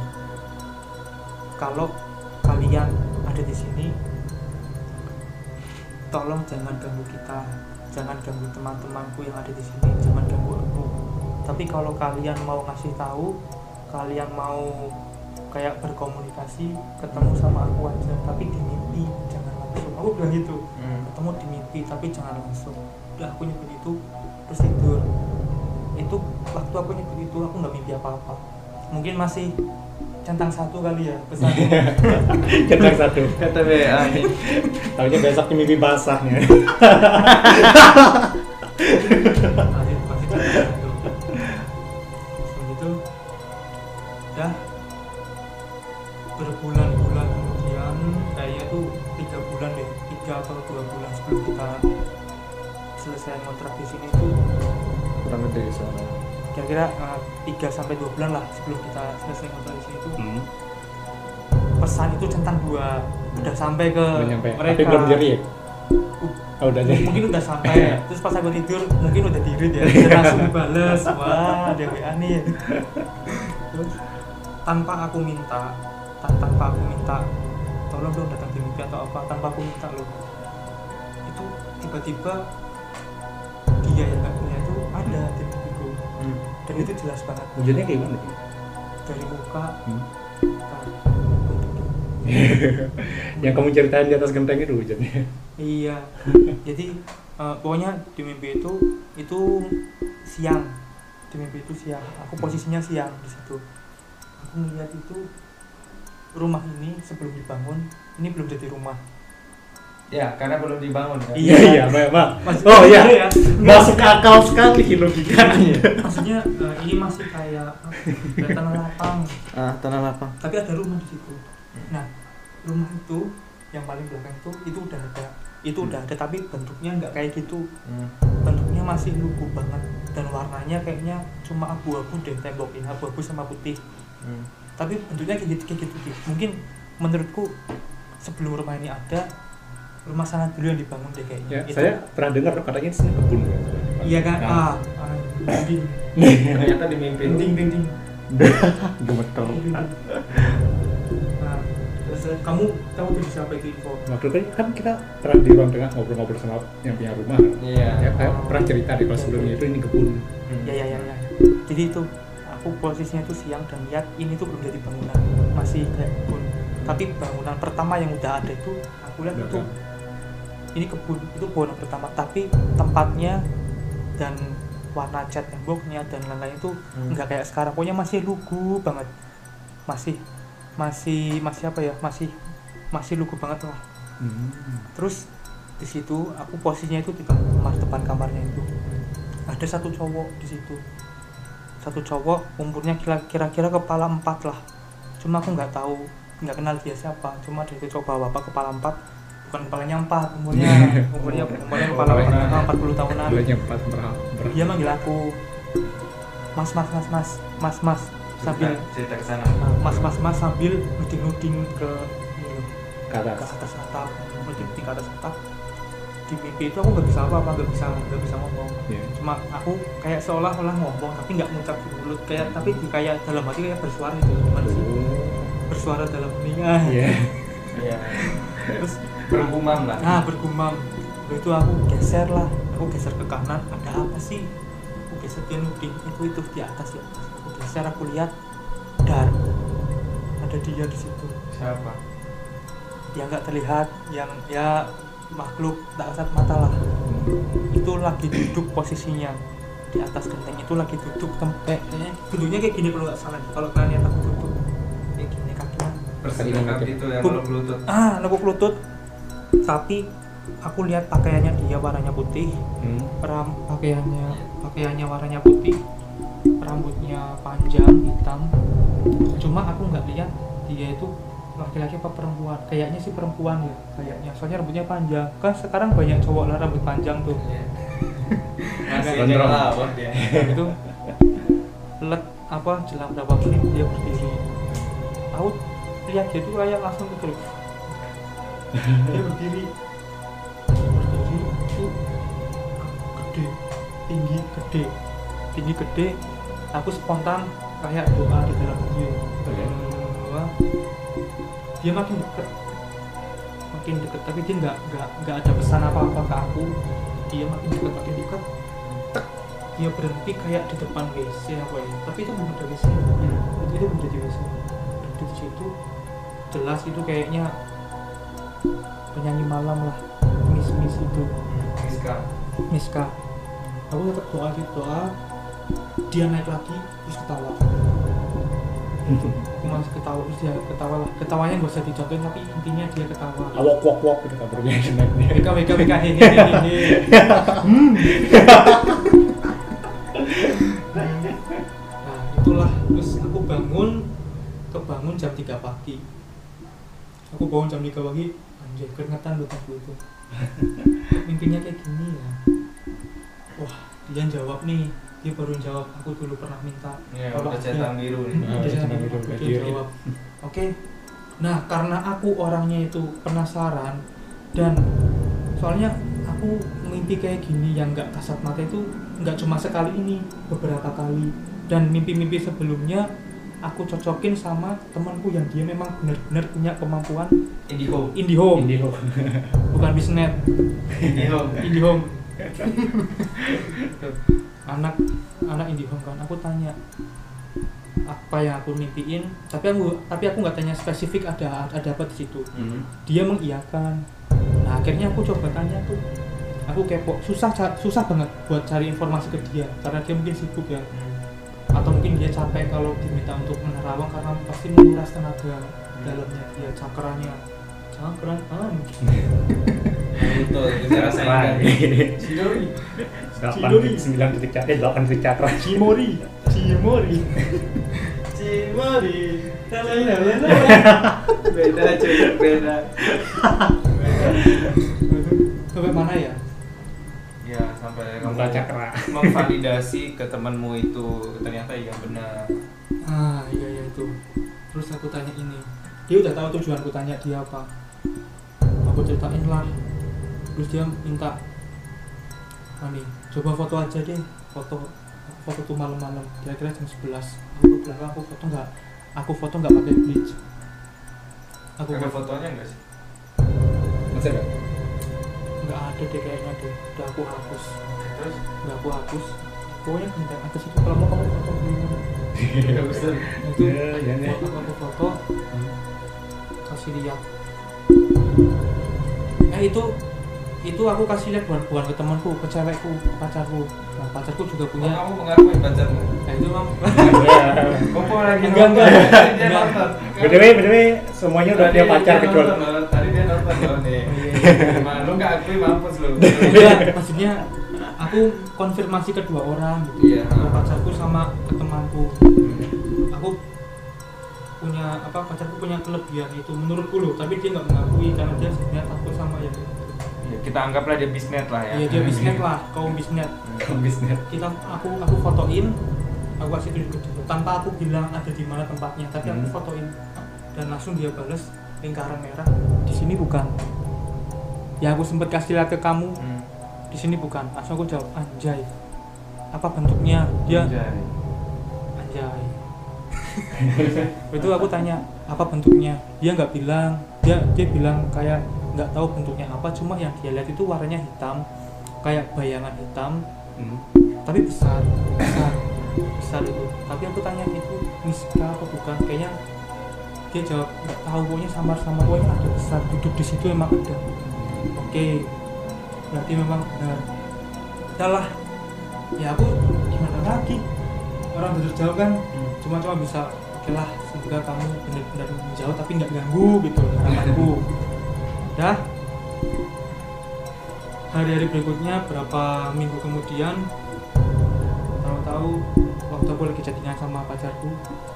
Speaker 3: Kalau kalian ada di sini, tolong jangan ganggu kita, jangan ganggu teman-temanku yang ada di sini, jangan ganggu aku. Tapi kalau kalian mau ngasih tahu, kalian mau kayak berkomunikasi, ketemu sama aku aja, tapi di mimpi, jangan langsung. Aku bilang gitu, ketemu di mimpi, tapi jangan langsung. Udah aku nyebut itu, terus tidur. Itu waktu aku nyebut itu, aku nggak mimpi apa-apa. Mungkin masih centang satu kali ya pesannya.
Speaker 2: Centang satu.
Speaker 1: Kata WA nih.
Speaker 2: Tahunya besok mimpi basahnya.
Speaker 3: Masih centang satu. Begitu. Dah berbulan-bulan kemudian, kayaknya tuh 3 bulan deh, 3 atau 2 bulan sebelum kita selesai ngontrak di sini tuh,
Speaker 1: Kurang gede suara.
Speaker 3: kira-kira 3-2 bulan lah sebelum kita selesai ngontrak di sini tuh, pesan itu centang 2 udah sampai ke mereka.
Speaker 2: Tapi belum jadi ya? Udah jadi.
Speaker 3: Mungkin udah sampai. Terus pas aku tidur mungkin udah di-read ya, udah langsung dibales. Wah, ada WA nih. Terus tanpa aku minta tolong dong datang di mimpi atau apa, tanpa aku minta loh. Itu tiba-tiba dia yang gak punya itu ada di mimpiku. Dan itu jelas banget.
Speaker 2: Wujudnya kayak gimana sih?
Speaker 3: Dari muka
Speaker 2: Yang kamu ceritain di atas genteng itu wujudnya.
Speaker 3: iya. Jadi pokoknya di mimpi itu siang. Di mimpi itu siang. Aku posisinya siang di situ. Aku melihat itu rumah ini sebelum dibangun, ini belum jadi rumah.
Speaker 1: Ya, karena belum dibangun kan.
Speaker 2: Iya, Mak.
Speaker 3: Maksudnya
Speaker 2: Oh iya,
Speaker 3: ya.
Speaker 2: masuk akal sekali logikanya.
Speaker 3: Maksudnya ini masih kayak tanah lapang.
Speaker 1: Tanah lapang.
Speaker 3: Tapi ada rumah di situ. Nah, rumah itu yang paling belakang itu udah ada. Itu udah ada, tapi bentuknya nggak kayak gitu. Bentuknya masih lugu banget dan warnanya kayaknya cuma abu-abu deh temboknya, abu-abu sama putih. Tapi bentuknya kayak gitu. Mungkin menurutku sebelum rumah ini ada, rumah sana dulu yang dibangun deh kayaknya.
Speaker 2: Ya,
Speaker 3: itu,
Speaker 2: saya pernah dengar katanya di sini kebun.
Speaker 3: iya kan?
Speaker 2: Nah.
Speaker 3: Dinding.
Speaker 1: Ternyata di mimpi lu.
Speaker 3: Dinding.
Speaker 2: Gemeter.
Speaker 3: Nah, terus kamu tahu dari siapa itu info?
Speaker 2: Waktu itu kan kita pernah di ruang tengah ngobrol-ngobrol sama yang punya rumah.
Speaker 1: Iya.
Speaker 2: Ya, saya pernah cerita di kelas sebelumnya itu ini kebun.
Speaker 3: Ya. Jadi itu aku posisinya itu siang dan lihat ini tuh belum jadi bangunan, masih kayak kebun. Tapi bangunan pertama yang udah ada itu aku lihat itu ini kebun, itu bangunan pertama. Tapi tempatnya dan warna cat temboknya dan lain-lain itu nggak kayak sekarang. Pokoknya masih lugu banget, masih apa ya, masih lugu banget lah. Terus di situ aku posisinya itu di depan kamarnya itu ada satu cowok di situ. Satu cowok umurnya kira-kira kepala 4 lah. Cuma aku nggak tahu, nggak kenal dia siapa. Cuma dia itu coba bapak kepala 4, bukan kepalanya 4, umurnya kepala 40 tahunan.
Speaker 2: Kepalanya 4 berapa?
Speaker 3: Dia manggil aku mas sambil
Speaker 1: cerita ke sana.
Speaker 3: mas sambil nuding ke
Speaker 2: Ke
Speaker 3: atas atap, nuding ke atas atap. Di mimpi itu aku nggak bisa apa-apa, nggak bisa ngomong. Cuma aku kayak seolah-olah ngomong tapi nggak ngucap di mulut, tapi kayak dalam hati kayak bersuara itu, gimana sih? Bersuara dalam telinga.
Speaker 1: Iya. Terus bergumam lah.
Speaker 3: Bergumam. Lalu itu aku geser ke kanan, ada apa sih? Aku geser, dia nuding itu di atas ya. Aku geser, aku lihat dar ada dia di situ.
Speaker 1: Siapa?
Speaker 3: Dia nggak terlihat, yang ya makhluk tak kasat mata lah. Itu lagi duduk posisinya di atas genteng, itu lagi duduk kayaknya duduknya kayak gini kalau nggak salah. Kalau kalian lihat aku duduk kayak gini kakinya
Speaker 1: Persendian itu yang belum lutut.
Speaker 3: nekuk lutut. Tapi aku lihat pakaiannya dia warnanya putih. Pakaiannya warnanya putih, rambutnya panjang hitam. Cuma aku nggak lihat dia itu laki-laki apa perempuan. Kayaknya sih perempuan ya, kayaknya, soalnya rambutnya panjang. Kan sekarang banyak cowok lah rambut panjang tuh.
Speaker 1: Masih apa dia?
Speaker 3: Itu jelang berapa menit dia berdiri. Aku lihat dia tuh kayak langsung gitu. Dia berdiri itu tinggi gede. Aku spontan kayak doa di dalam hati. Dia makin dekat, tapi dia nggak ada pesan apa-apa ke aku. Dia makin dekat. Dia berhenti kayak di depan WC apa ya, tapi itu bukan ada WC. Itu menjadi WC. Berhenti di situ, jelas itu kayaknya penyanyi malam lah, Miss itu. Miska. Aku tetap doa, dia naik lagi terus ketawa. Aku masih ketawa, terus dia ketawa lah. Ketawanya nggak usah dicontohin, tapi intinya dia ketawa.
Speaker 2: Wok gitu kabarnya naiknya.
Speaker 3: BK hehehe. Nah itulah, terus aku kebangun jam 3 pagi. Aku bangun jam 3 pagi, anjir keringetan loh itu. Mimpinya kayak gini ya. Wah, dia jawab nih. Dia baru jawab, aku dulu pernah minta
Speaker 1: udah centang biru nih.
Speaker 3: Dia jawab. Oke. Nah, karena aku orangnya itu penasaran dan soalnya aku mimpi kayak gini yang nggak kasat mata itu nggak cuma sekali ini, beberapa kali. Dan mimpi-mimpi sebelumnya aku cocokin sama temanku yang dia memang benar-benar punya kemampuan
Speaker 1: IndiHome.
Speaker 3: IndiHome. Bukan Bisnet. IndiHome. anak IndiHome kan, aku tanya apa yang aku mimpiin, tapi aku nggak tanya spesifik ada apa di situ. Dia mengiyakan. Nah akhirnya aku coba tanya tuh, aku kepo, susah banget buat cari informasi ke dia karena dia mungkin sibuk ya, atau mungkin dia capek kalau diminta untuk menerawang karena pasti menguras tenaga dalamnya dia, cakran
Speaker 1: itu saya rasain.
Speaker 3: Cimori
Speaker 2: 8 titik cakra.
Speaker 3: Cimori
Speaker 1: beda.
Speaker 3: sampai mana ya?
Speaker 1: Ya sampai kamu
Speaker 2: Buka cakra.
Speaker 1: memvalidasi ke temanmu itu ternyata iya benar.
Speaker 3: Iya itu. Terus aku tanya ini, dia udah tahu tujuanku tanya dia apa. Aku ceritain lah. Terus dia minta, coba foto aja deh, foto tuh malam-malam, kira-kira jam 11. Aku bilang aku foto nggak pakai bleach.
Speaker 1: Ada fotonya nggak sih?
Speaker 2: Masih ada?
Speaker 3: Nggak ada deh kayaknya deh, udah aku hapus.
Speaker 1: Terus?
Speaker 3: Nggak aku hapus. Pokoknya bintang atas itu kalau mau kamu foto dulu.
Speaker 1: Iya besar.
Speaker 3: Itu aku foto, kasih lihat. Itu aku kasih lihat bukan ke temanku, ke cewekku, ke pacarku. Nah, pacarku juga punya.
Speaker 1: Kamu mengakui pacarmu?
Speaker 3: Nah itu mam.
Speaker 1: Kok lagi
Speaker 3: Enggak.
Speaker 1: Dia nonton.
Speaker 2: BTW semuanya udah punya pacar kecuali.
Speaker 1: Tadi dia nonton loh nih. Lu nggak akui mampus lu.
Speaker 3: Enggak, maksudnya aku konfirmasi kedua orang gitu.
Speaker 1: Iya.
Speaker 3: Ke pacarku sama ke temanku. Aku punya pacarku punya kelebihan itu menurutku loh, tapi dia nggak mengakui karena dia sebenarnya takut sama yang itu.
Speaker 1: Ya, kita anggaplah dia bisnet lah ya.
Speaker 3: Iya dia bisnet lah, kaum bisnet. Aku fotoin, aku kasih tunjuk ke dia tanpa aku bilang ada di mana tempatnya, tapi aku fotoin dan langsung dia balas lingkaran merah. Di sini bukan. Ya aku sempat kasih lihat ke kamu. Di sini bukan. Langsung aku jawab anjay. Apa bentuknya? Dia anjay. Itu aku tanya apa bentuknya, dia nggak bilang, dia bilang kayak nggak tahu bentuknya apa, cuma yang dia lihat itu warnanya hitam kayak bayangan hitam, tapi besar itu. Tapi aku tanya itu miska apa bukan, kayaknya dia jawab nggak tahu, pokoknya samar-samar, pokoknya ada besar duduk di situ emang ada. Oke, berarti memang benar. Udahlah ya, aku gimana lagi, orang udah terjawab kan. Cuma bisa oke lah, semoga kamu benar-benar menjawab tapi nggak ganggu gitu harapanku. Dah hari-hari berikutnya, berapa minggu kemudian, tahu-tahu waktu aku lagi chattingan sama pacarku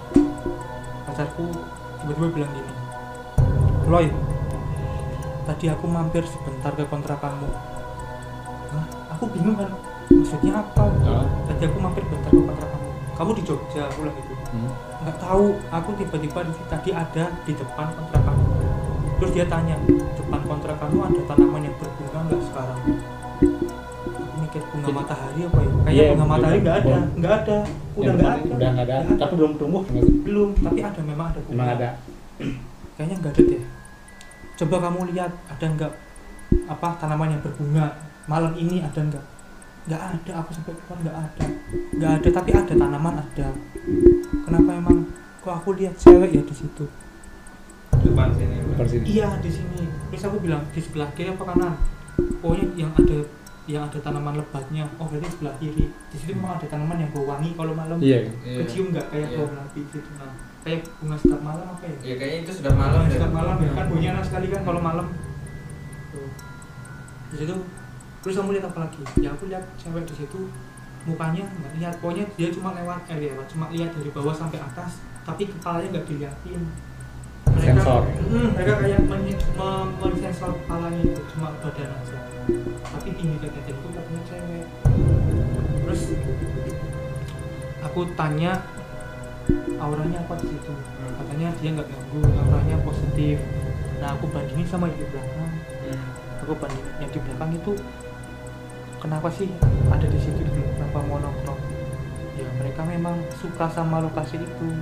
Speaker 3: tiba-tiba bilang gini, Floyd, tadi aku mampir sebentar ke kontrakanmu. Hah? Aku bingung kan, maksudnya apa? Tadi aku mampir sebentar ke kontrakanmu. Kamu di Jogja, aku bilang gitu. Nggak tahu, aku tiba-tiba tadi ada di depan kontrakanmu. Terus dia tanya, depan kontrakanmu ada tanaman yang berbunga nggak sekarang? Aku mikir bunga matahari apa ya? Kayaknya bunga matahari nggak ada. Udah nggak ada.
Speaker 2: Tapi belum tumbuh.
Speaker 3: Belum, tapi memang ada bunga.
Speaker 2: Memang ada.
Speaker 3: Kayaknya nggak ada deh. Coba kamu lihat, ada nggak tanaman yang berbunga malam ini, ada nggak? Nggak ada. Aku sampai keluar nggak ada. Tapi ada tanaman ada. Kenapa emang? Kok aku lihat cewek ya di situ?
Speaker 1: Depan sini.
Speaker 3: Iya di sini. Terus aku bilang di sebelah kiri apa kanan? Pokoknya yang ada tanaman lebatnya. Oh berarti sebelah kiri. Di situ memang ada tanaman yang bau wangi kalau malam.
Speaker 2: Iya.
Speaker 3: Kecium nggak kayak bau melati gitu. Nah, kayak bunga setiap malam apa ya?
Speaker 1: Iya kayaknya itu sudah malam.
Speaker 3: Setiap malam ya kan bunyinya enak sekali kan kalau malam. Tuh. Di situ. Terus kamu lihat apa lagi? Ya aku lihat cewek di situ, mukanya nggak lihat. Pokoknya dia cuma cuma lihat dari bawah sampai atas, tapi kepalanya nggak dilihatin. Mereka kayak mensensor kepalanya itu, cuma badan aja. Tapi tinggi kayak itu katanya cewek. Terus aku tanya auranya apa di situ. Katanya dia nggak ganggu, auranya positif. Nah aku bandingin sama yang di belakang. Aku bandingin yang di belakang itu kenapa sih ada di situ, kenapa mau nongkrong? Ya mereka memang suka sama lokasi itu.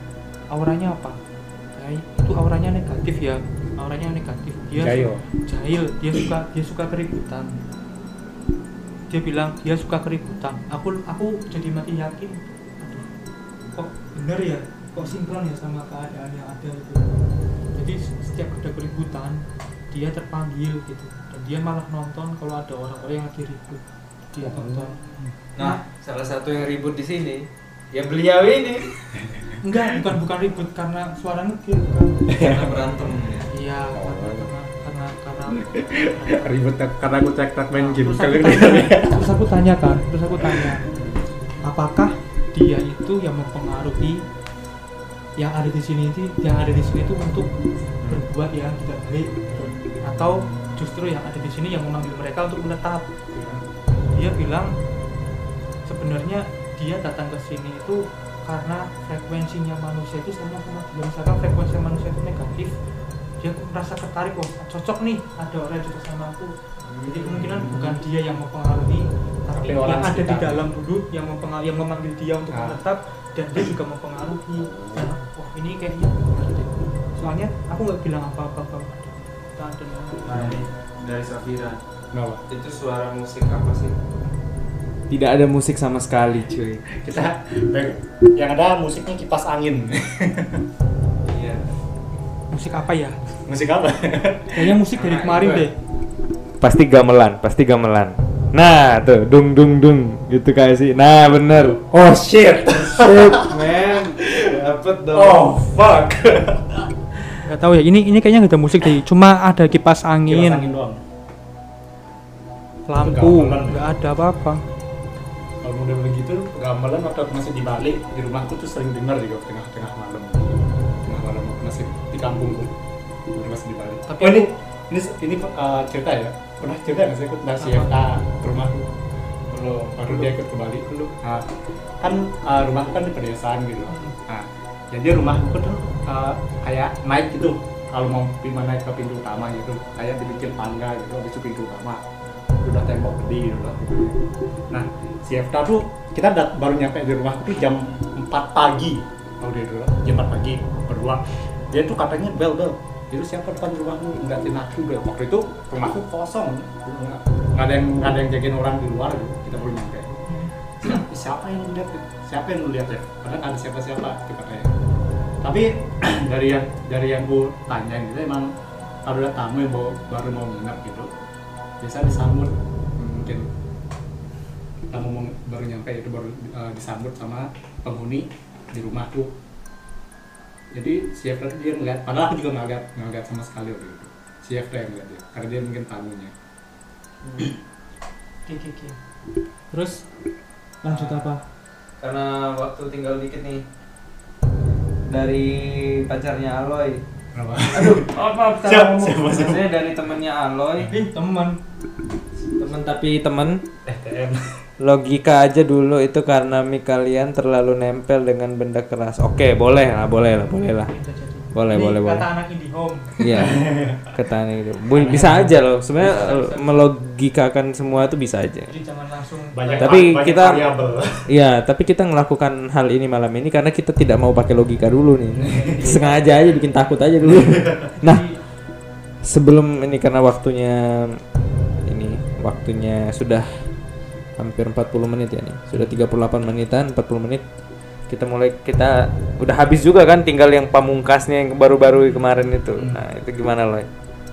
Speaker 3: auranya apa? Itu auranya negatif ya, dia jahil, dia suka keributan. Dia bilang dia suka keributan. Aku jadi makin yakin, aduh, kok bener ya, kok sinkron ya sama keadaan yang ada itu. Jadi setiap ada keributan dia terpanggil gitu, dan dia malah nonton kalau ada orang-orang yang lagi ribut, dia tonton.
Speaker 1: Nah, salah satu yang ribut di sini ya beliau ini.
Speaker 3: Enggak, bukan ribut karena suara ngegil, kan.
Speaker 1: Karena berantem.
Speaker 3: Iya, karena
Speaker 2: ribut karena aku cek main game.
Speaker 3: Terus aku tanya, apakah dia itu yang mempengaruhi yang ada di sini itu untuk berbuat yang tidak baik, atau justru yang ada di sini yang memanggil mereka untuk menetap? Dia bilang sebenarnya dia datang ke sini itu karena frekuensinya manusia itu sama dia. Misalkan frekuensi manusia itu negatif, dia merasa tertarik, wah cocok nih, ada orang yang cocok sama aku. Jadi kemungkinan bukan dia yang mempengaruhi, tapi yang ada di dalam dulu yang memanggil dia untuk menetap, dan dia juga mempengaruhi. Dan wah ini kayaknya benar deh. Soalnya aku nggak bilang apa-apa
Speaker 1: dari Safira.
Speaker 2: Kenapa?
Speaker 1: Itu suara musik apa sih? Tidak ada musik sama sekali, cuy.
Speaker 2: Kita yang ada musiknya kipas angin.
Speaker 1: Iya.
Speaker 3: Musik apa ya?
Speaker 2: Musik apa?
Speaker 3: Kayaknya musik dari kemarin deh.
Speaker 1: Pasti gamelan. Nah, tuh dung gitu kayak sih. Nah, bener.
Speaker 2: Oh shit,
Speaker 1: man. Dapet dong.
Speaker 2: Oh fuck.
Speaker 3: Gak tahu ya. Ini kayaknya nggak ada musik deh. Cuma ada kipas angin.
Speaker 2: Kipas angin doang.
Speaker 3: Lampu, nggak ada apa-apa.
Speaker 2: Kalau udah begitu, gamelan waktu aku masih di Bali, di rumahku tuh sering dengar juga tengah malam masih di kampungku, masih di Bali.
Speaker 3: Tapi
Speaker 2: ini cerita ya, pernah cerita nggak sih ikut nasi ke rumahku? Belum, baru dia ikut ke Bali dulu. Nah, kan rumahku kan di pedesaan gitu. Nah, jadi rumahku tuh kayak naik gitu. Kalau mau naik ke pintu utama gitu, kayak dibikin tangga gitu, habis itu pintu utama. Udah tembok gede gitu lah. Nah, si Efta tuh kita baru nyampe di rumah tuh jam 4 pagi. Oh dia dulu, jam 4 pagi berdua. Dia tuh katanya bel. Itu siapa depan rumahmu? Ngeliatin aku bel. Waktu itu rumahku kosong. Nggak ada yang jagain orang di luar gitu. Kita baru nyampe. Siapa yang lihat? Siapa yang lihat ya? Padahal ada siapa-siapa itu katanya. Tapi dari yang gue tanyain gitu emang kalau ada tamu yang baru mau nginep gitu, biasa disambut, mungkin tamu baru nyampe itu baru disambut sama penghuni di rumahku. Jadi si Efta dia ngeliat, padahal aku juga nggak lihat sama sekali waktu itu. Si Efta yang ngeliat dia, karena dia mungkin tamunya.
Speaker 3: Oke. Terus lanjut apa?
Speaker 1: Karena waktu tinggal dikit nih dari pacarnya Aloy.
Speaker 2: Kenapa?
Speaker 1: Aduh, apa cara ngomong?
Speaker 2: Siapa?
Speaker 1: Maksudnya dari temennya Aloy. Temen tapi temen.
Speaker 2: TM.
Speaker 1: Logika aja dulu itu karena mic kalian terlalu nempel dengan benda keras. Oke, boleh lah. Boleh. Boleh.
Speaker 3: Kata anak IndiHome.
Speaker 1: Iya. Kata anak itu. Bisa aja loh. Sebenarnya melogikakan semua itu bisa aja.
Speaker 3: Jadi jangan langsung.
Speaker 1: Tapi kita
Speaker 2: variabel.
Speaker 1: Iya, tapi kita melakukan hal ini malam ini karena kita tidak mau pakai logika dulu nih. Sengaja aja bikin takut aja dulu. Nah, sebelum ini karena waktunya sudah hampir 40 menit ya nih. Sudah 38 menitan, 40 menit. Kita udah habis juga kan, tinggal yang pamungkasnya yang baru-baru kemarin itu. Nah, itu gimana loh?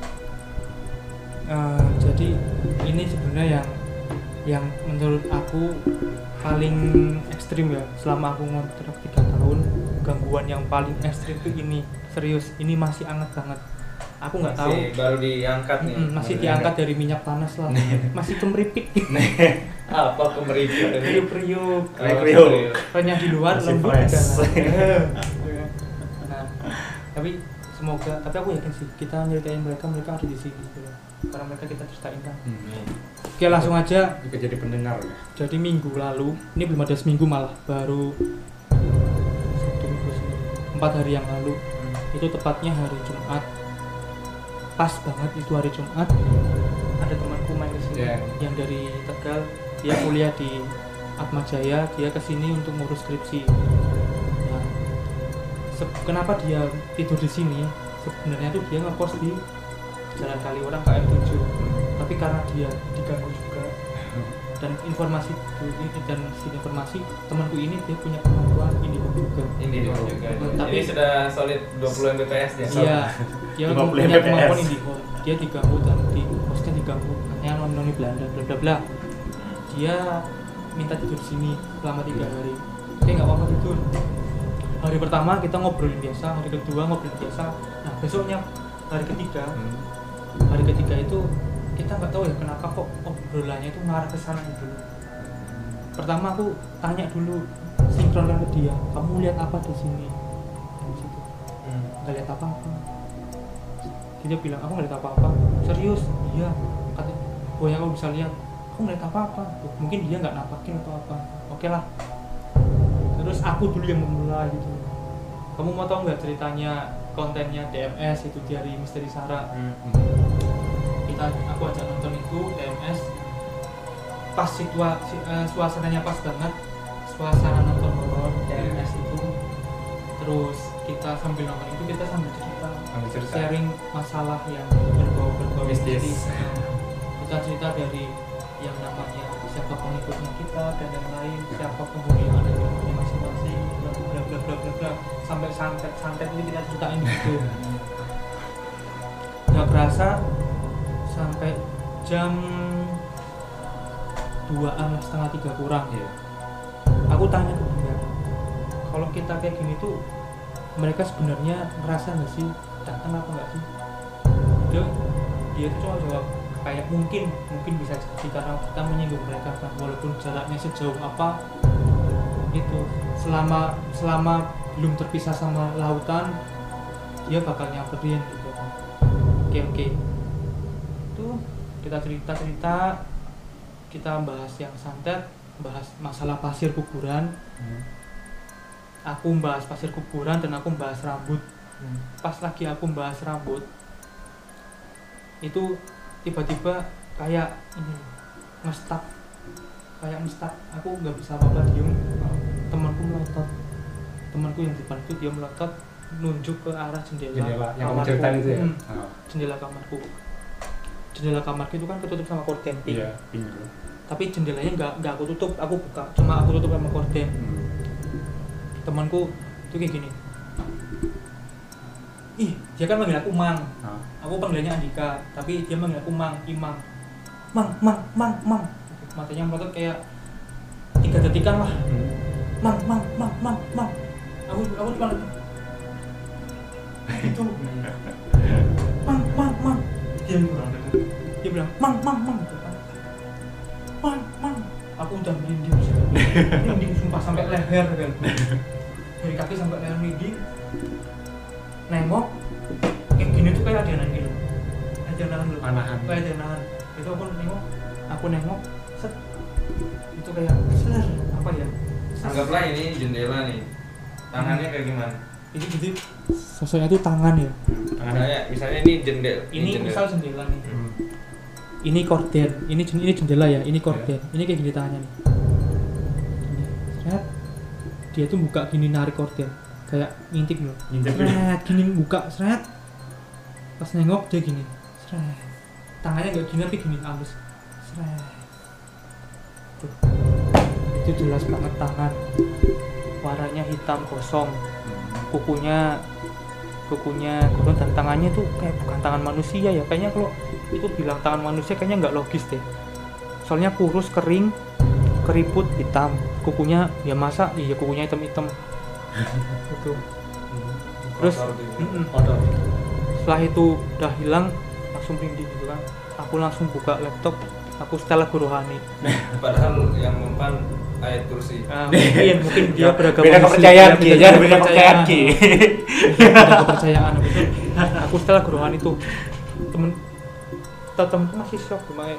Speaker 3: Jadi ini sebenarnya yang menurut aku paling ekstrim ya selama aku ngontrak 3 tahun. Gangguan yang paling ekstrim itu ini, serius, ini masih anget banget. Aku nggak tahu.
Speaker 1: Baru diangkat nih.
Speaker 3: Masih diangkat dari minyak panas lah. Masih kemeripik.
Speaker 1: Apa kemeripik?
Speaker 3: Riup. Renyah di luar, lembut di dalam. Nah, tapi aku yakin sih kita nyeritain mereka ada di sini gitu. Karena mereka kita ceritain kan. Oke, langsung aja.
Speaker 2: Juga jadi pendengar ya.
Speaker 3: Jadi minggu lalu, ini belum ada seminggu malah, baru 4 hari yang lalu. Itu tepatnya hari Jumat. Pas banget itu hari Jumat, ada temanku main kesini yang dari Tegal, dia kuliah di Atmajaya, dia kesini untuk ngurus skripsi. Nah, kenapa dia tidur di sini? Sebenarnya tuh dia ngekos di Jalan Kaliurang KM7, tapi karena dia diganggu juga dan informasi temanku ini dia punya kemampuan IndiHome juga.
Speaker 1: Tapi ini sudah solid 20 Mbps ya.
Speaker 3: Iya, dia punya kemampuan IndiHome. Dia diganggu dan di kosnya diganggu, katanya noni Belanda, bla bla bla. Dia minta tidur di sini selama 3 hari. Oke, nggak apa-apa tidur. Hari pertama kita ngobrolin biasa, hari kedua ngobrolin biasa. Nah besoknya hari ketiga itu kita nggak tahu ya kenapa kok obrolannya itu ngarah ke sana dulu. Pertama aku tanya dulu, sinkronkan ke dia, kamu lihat apa di sini? Di situ. Nggak lihat apa-apa. Dia bilang aku nggak lihat apa-apa. Serius? Iya. Katanya, oh ya kamu bisa lihat. Aku nggak lihat apa-apa. Mungkin dia nggak nampakin atau apa. Oke lah. Terus aku dulu yang memulai gitu. Kamu mau tahu nggak ceritanya kontennya DMS itu dari Misteri Sarah? Aku ajak nonton itu DMS. Pas suasananya pas banget, suasana nonton horor DMS itu. Terus kita sambil nonton itu kita sambil cerita, sharing masalah yang berbau mistis. Kita cerita dari yang namanya siapa pengikutnya kita dan yang lain, siapa penghuni yang ada di rumahnya masing-masing, bla bla bla sampai santet ini kita ceritain gitu. Nggak berasa sampai jam 2-an setengah 3 kurang. Aku tanya ke dia, kalau kita kayak gini tuh mereka sebenarnya ngerasa nggak sih datang apa nggak sih? Dia tuh cuma jawab kayak mungkin bisa jadi karena kita menyinggung mereka kan, walaupun jaraknya sejauh apa itu, selama belum terpisah sama lautan dia bakal nyamperin gitu. Oke. Tuh kita cerita, kita bahas yang santet, bahas masalah pasir kuburan. Aku bahas pasir kuburan dan aku bahas rambut. Pas lagi aku bahas rambut itu tiba-tiba kayak ini ngestak, aku nggak bisa apa-apa, diem. Temanku yang di depan itu dia melotot nunjuk ke arah jendela
Speaker 2: yang kamu ceritain itu ya.
Speaker 3: Jendela kamarku itu kan ketutup sama korden pink.
Speaker 2: Iya, pink.
Speaker 3: Tapi jendelanya nggak aku tutup, aku buka, cuma aku tutup sama korden. Temanku itu kayak gini, dia kan manggil aku Mang. Aku panggilannya Andika, tapi dia manggil aku Mang. Matanya melotot kayak 3 detikan lah. Mang. Aku cuma itu. Mang. Dia bilang Mang. Mang. Aku udah merinding sumpah sampai leher kan. Dari kaki sampai leher merinding. Nengok kayak gini tuh kayak ada gitu. Panahan. Itu aku nengok set. Itu kayak ser apa ya?
Speaker 1: Anggaplah ini jendela nih. Tangannya kayak gimana?
Speaker 3: Ini jadi sosoknya tuh tangan ya.
Speaker 1: Misalnya ini jendela.
Speaker 3: Ini misal jendela nih. Ini korden, ini jendela ya, ini korden. Ini kayak gini tangannya nih. Seret. Dia tuh buka gini, narik korden. Kayak ngintip loh. Seret, gini buka, seret. Pas nengok dia gini. Seret. Tangannya enggak gini tapi gini halus. Seret. Tuh. Itu jelas banget tangan. Warnanya hitam kosong. Kukunya gosong dan tangannya tuh kayak bukan tangan manusia ya. Kayaknya kalau itu bilang tangan manusia kayaknya nggak logis deh. Soalnya kurus, kering, keriput, hitam. Kukunya ya masa iya kukunya hitam-hitam. Itu. Terus setelah itu udah hilang langsung merinding gitu kan. Aku langsung buka laptop, aku setel lagu rohani.
Speaker 1: Padahal yang mempan ayat kursi.
Speaker 3: Mungkin dia beragama
Speaker 2: beda kepercayaan Ki, jangan beda kepercayaan Ki.
Speaker 3: Beda kepercayaan itu. Aku setel lagu rohani tuh. Temenku masih shock gimana.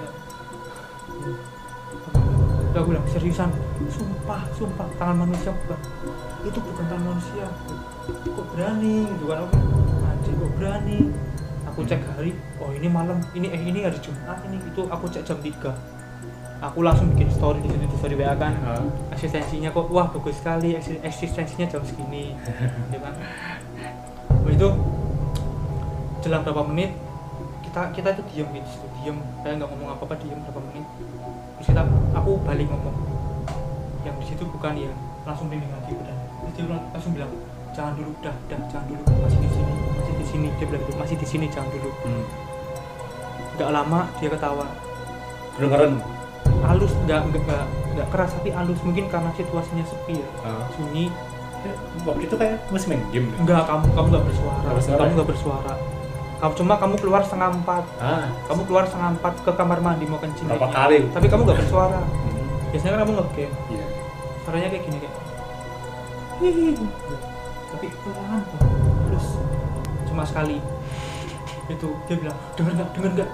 Speaker 3: Aku bilang seriusan, sumpah tangan manusia bukan. Itu bukan tangan manusia. Kok berani gitu kan? Anjir kok berani. Aku cek hari, oh ini malam, ini hari Jumat ini, itu aku cek jam 3. aku langsung bikin story di situ, di story WA kan. Eksistensinya kok wah bagus sekali, eksistensinya jam segini. Ya kan. Itu jelang berapa menit kita itu diam gitu, diam, saya nggak ngomong apa-apa, diam berapa menit. Terus aku balik ngomong, yang di situ bukan ya, langsung dinding lagi udah. Terus dia langsung bilang, jangan dulu, dah, jangan dulu, masih di sini, dia bilang gitu, masih di sini, jangan dulu. Nggak lama dia ketawa.
Speaker 2: Kedengeran?
Speaker 3: Halus, nggak keras tapi halus, mungkin karena situasinya sepi ya, sunyi.
Speaker 2: Waktu itu kayak masih main game.
Speaker 3: Enggak, kamu nggak bersuara, kamu nggak bersuara. Kamu keluar 3:30. Kamu keluar 3:30 ke kamar mandi mau kencing.
Speaker 2: Berapa kali?
Speaker 3: Tapi kamu nggak bersuara. Biasanya kan kamu nge-game.
Speaker 2: Iya.
Speaker 3: Suaranya kayak gini kayak. Hihi. Tapi pelan kok. Terus cuma sekali. Itu dia bilang, dengar nggak? Dengar.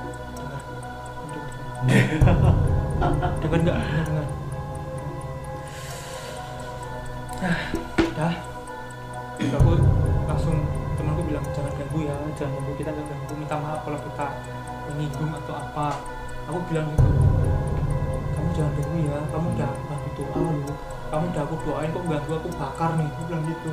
Speaker 3: Dah. Aku langsung, temanku bilang jangan ganggu ya, jangan ganggu, kita jangan ganggu, minta maaf kalau kita menyinggung atau apa. Aku bilang gitu, kamu jangan ganggu ya, kamu udah bantu doa lu, kamu udah aku doain kok ganggu, aku bakar nih, aku bilang gitu.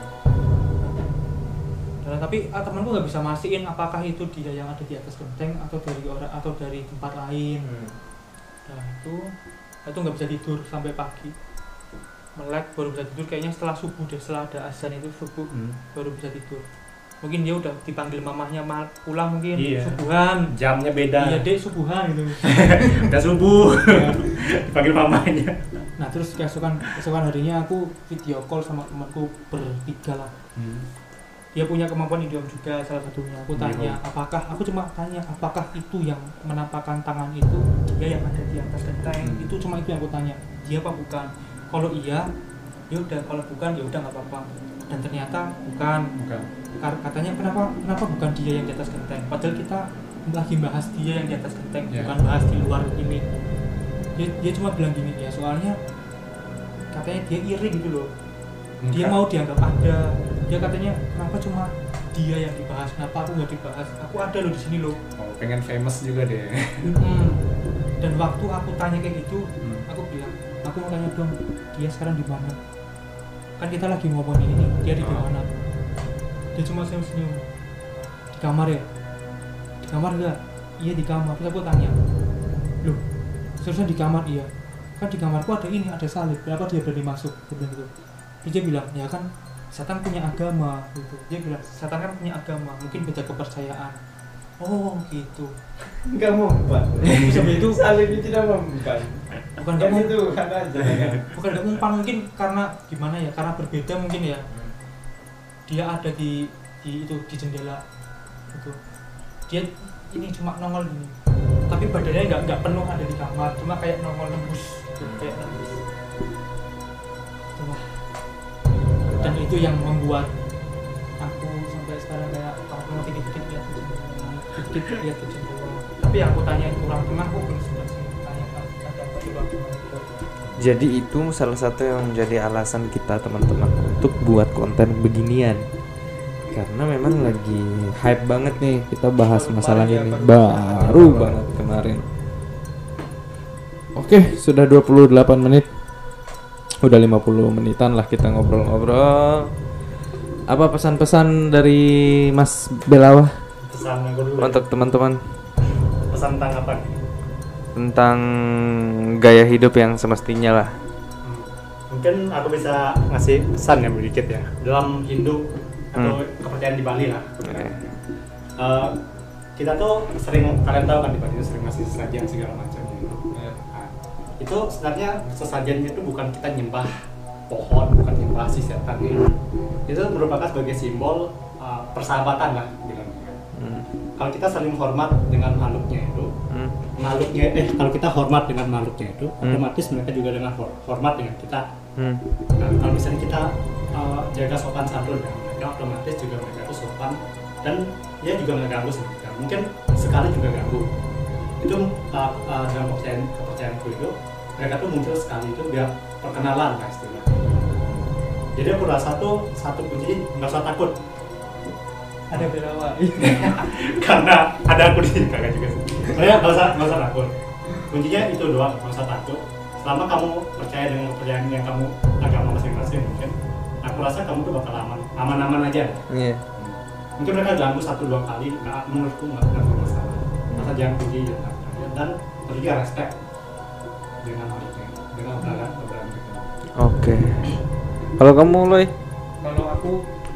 Speaker 3: Dan tapi temanku nggak bisa mastiin apakah itu dia yang ada di atas genteng atau dari orang atau dari tempat lain. Nah itu nggak bisa tidur sampai pagi. Melek baru bisa tidur kayaknya setelah subuh deh, setelah ada azan itu subuh baru bisa tidur. Mungkin dia udah dipanggil mamahnya pulang mungkin. Subuhan,
Speaker 2: jamnya beda.
Speaker 3: Iya dek, subuhan gitu.
Speaker 2: Udah subuh. Dipanggil mamanya.
Speaker 3: Nah terus keesokan harinya aku video call sama temanku bertiga lah. Dia punya kemampuan idiom juga salah satunya. Aku tanya, aku cuma tanya apakah itu yang menampakkan tangan itu dia yang ada di atas genteng. Itu cuma itu yang aku tanya, dia apa bukan. Kalau iya, ya udah, kalau bukan ya udah nggak apa-apa. Dan ternyata bukan. Katanya kenapa bukan dia yang di atas genteng? Padahal kita lagi bahas dia yang di atas genteng, bukan bahas di luar ini. Dia cuma bilang gini ya, soalnya katanya dia iri gitu loh. Dia mau dianggap ada. Dia katanya kenapa cuma dia yang dibahas, kenapa aku nggak dibahas? Aku ada loh di sini loh.
Speaker 2: Oh, pengen famous juga deh.
Speaker 3: Dan waktu aku tanya kayak gitu, aku bilang, aku mau tanya dong, dia sekarang di mana? Kan kita lagi ngomongin ini, dia di mana? Dia cuma senyum. Di kamar ya? Di kamar enggak? Iya di kamar. Terus aku tanya, loh, seharusnya di kamar iya. Kan di kamarku ada ini, ada salib. Kenapa dia berani masuk? Dia bilang, ya kan setan punya agama gitu. Dia bilang, setan kan punya agama, mungkin beda kepercayaan. Oh gitu.
Speaker 4: Enggak mempan.
Speaker 3: Sampai itu
Speaker 4: salib itu tidak mempan.
Speaker 3: Bukan enggak
Speaker 4: itu kan aja.
Speaker 3: Bukan enggak mempan, mungkin karena gimana ya? Karena berbeda mungkin ya. Dia ada di itu di jendela gitu. Dia ini cuma nongol gini. Tapi badannya enggak penuh ada di kamar, cuma kayak nongol nembus gitu, kayak nembus. Dan itu yang membuat aku sampai sekarang kayak kalau dikit-dikit lihat ke jendela. Tapi yang aku tanya itu orang tengah, aku belum sempat sih tanya ada apa di orang tengah itu.
Speaker 1: Jadi itu salah satu yang menjadi alasan kita teman-teman untuk buat konten beginian. Karena memang lagi hype banget nih kita bahas masalah ini. Baru banget kemarin. Oke, sudah 28 menit. Udah 50 menitan lah kita ngobrol-ngobrol. Apa pesan-pesan dari Mas Belawa?
Speaker 2: Pesan yang kedua.
Speaker 1: Untuk teman-teman.
Speaker 2: Pesan tentang apa?
Speaker 1: Tentang gaya hidup yang semestinya lah.
Speaker 2: Mungkin aku bisa ngasih pesan yang sedikit ya. Dalam Hindu atau kepercayaan di Bali lah. Kita tuh sering, kalian tahu kan di Bali sering ngasih sesajen segala macam gitu. Itu sebenarnya sesajen itu bukan kita nyembah pohon, bukan nyembah si setan gitu. Itu merupakan sebagai simbol persahabatan lah bilangnya. Kalau kita saling hormat dengan makhluknya itu, kalau kita hormat dengan makhluknya itu, otomatis mereka juga dengan hormat dengan kita. Nah, kalau misalnya kita jaga sopan santun, mereka otomatis juga mereka itu sopan dan dia juga nggak ganggu sama kita. Mungkin sekali juga ganggu. Itu dalam kepercayaanku itu mereka tuh muncul sekali itu biar perkenalan lah istilahnya. Jadi aku rasa tuh satu kunci nggak usah takut.
Speaker 3: Ada Belawa.
Speaker 2: Karena ada aku di sini kakak juga sih. Saya nggak usah takut. kuncinya itu doang, nggak usah takut. Selama kamu percaya dengan kepercayaan yang kamu agama masing-masing, mungkin aku rasa kamu tuh bakal aman-aman aja.
Speaker 1: Iya.
Speaker 2: Mungkin mereka ganggu 1-2 kali, menurutku nggak masalah. Asal jangan puji dan juga respect dengan orangnya, dengan obrolan kita.
Speaker 1: Oke. Kalau kamu Loy?
Speaker 3: Kalau aku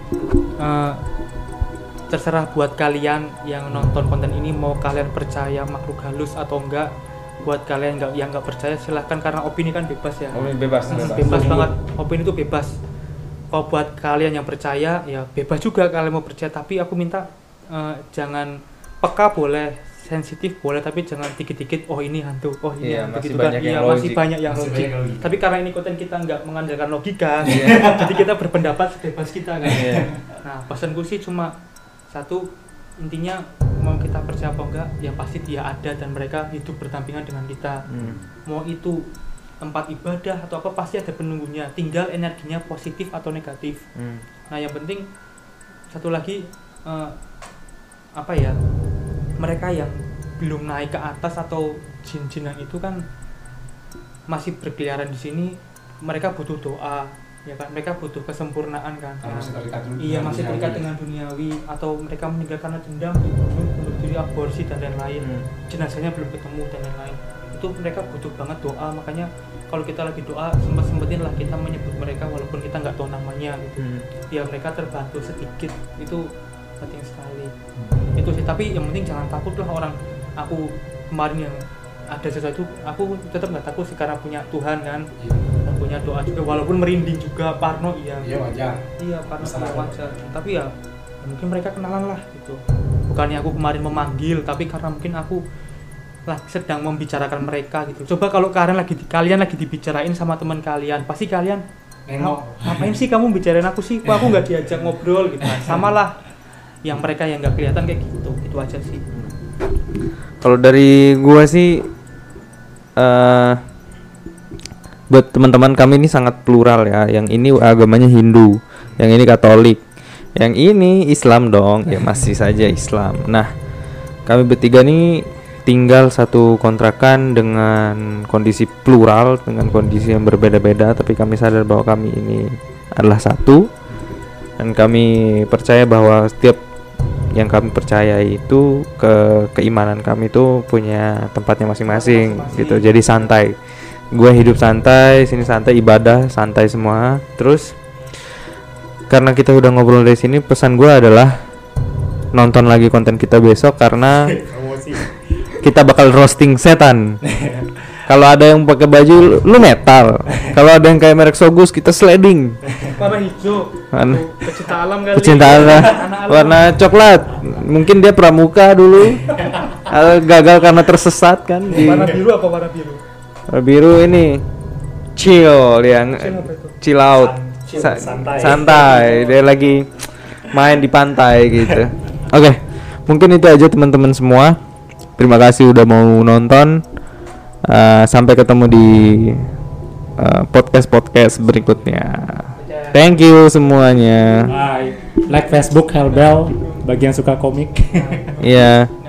Speaker 3: terserah buat kalian yang nonton konten ini, mau kalian percaya makhluk halus atau enggak. Buat kalian yang nggak percaya silahkan, karena opini kan bebas ya.
Speaker 1: Opini bebas
Speaker 3: Banget, opini itu bebas. Kalau buat kalian yang percaya ya bebas juga kalian mau percaya, tapi aku minta jangan peka boleh, sensitif boleh, tapi jangan dikit-dikit oh ini hantu, oh ini hantu
Speaker 1: masih
Speaker 3: gitu
Speaker 1: banyak
Speaker 3: kan.
Speaker 1: yang
Speaker 3: Iya,
Speaker 1: logik.
Speaker 3: masih banyak yang
Speaker 2: Masih
Speaker 3: logik.
Speaker 2: banyak logik.
Speaker 3: Tapi karena ini konten kita nggak mengandalkan logika, jadi kita berpendapat bebas kita kan. Nah, pesanku sih cuma satu, intinya mau kita percaya apa enggak, ya pasti dia ada dan mereka hidup berdampingan dengan kita. Mau itu tempat ibadah atau apa, pasti ada penunggunya, tinggal energinya positif atau negatif. Nah yang penting satu lagi apa ya, mereka yang belum naik ke atas atau jin-jin yang itu kan masih berkeliaran di sini, mereka butuh doa ya kan, mereka butuh kesempurnaan kan.
Speaker 2: Masih terikat dulu.
Speaker 3: Iya, masih terikat dengan duniawi, atau mereka meninggal karena dendam, dibunuh, bunuh diri, aborsi dan lain-lain. Jenazahnya belum ketemu dan lain-lain. Itu mereka butuh banget doa, makanya kalau kita lagi doa sempetin lah kita menyebut mereka walaupun kita nggak tahu namanya gitu. Biar mereka terbantu sedikit, itu penting sekali. Itu sih, tapi yang penting jangan takut lah orang. Aku kemarin yang ada sesuatu, aku tetap nggak takut sih karena punya Tuhan kan. Dan punya doa juga, walaupun merinding juga, parno iya.
Speaker 2: Iya wajar.
Speaker 3: Iya, parno iya wajar. Tapi ya mungkin mereka kenalan lah gitu. Bukannya aku kemarin memanggil, tapi karena mungkin aku sedang membicarakan mereka gitu. Coba kalau kalian lagi dibicarain sama teman kalian, pasti kalian ngapain sih kamu bicarain aku sih? Kok aku nggak diajak ngobrol gitu. Sama lah yang mereka yang nggak kelihatan kayak gitu. Itu aja sih.
Speaker 1: Kalau dari gua sih buat teman-teman kami ini sangat plural ya. Yang ini agamanya Hindu, yang ini Katolik, yang ini Islam dong. Ya masih saja Islam. Nah, kami bertiga nih tinggal satu kontrakan dengan kondisi plural, dengan kondisi yang berbeda-beda, tapi kami sadar bahwa kami ini adalah satu, dan kami percaya bahwa setiap yang kami percaya itu keimanan kami itu punya tempatnya masing-masing gitu. Jadi santai, gue hidup santai, sini santai, ibadah santai semua. Terus karena kita udah ngobrol dari sini, pesan gue adalah nonton lagi konten kita besok karena kita bakal roasting setan. Kalau ada yang pakai baju lu metal, kalau ada yang kayak merek Sogus kita sliding.
Speaker 3: Warna hijau. Pecinta alam kali.
Speaker 1: Pecinta alam. Warna coklat. Mungkin dia pramuka dulu. Gagal karena tersesat kan.
Speaker 3: Warna biru apa warna biru?
Speaker 1: Warna biru ini chill yang chill out. Santai. Dia lagi main di pantai gitu. Oke. Mungkin itu aja teman-teman semua. Terima kasih udah mau nonton. Sampai ketemu di podcast berikutnya. Thank you semuanya.
Speaker 2: Bye. Like Facebook Hellbell bagi yang suka komik.
Speaker 1: Iya.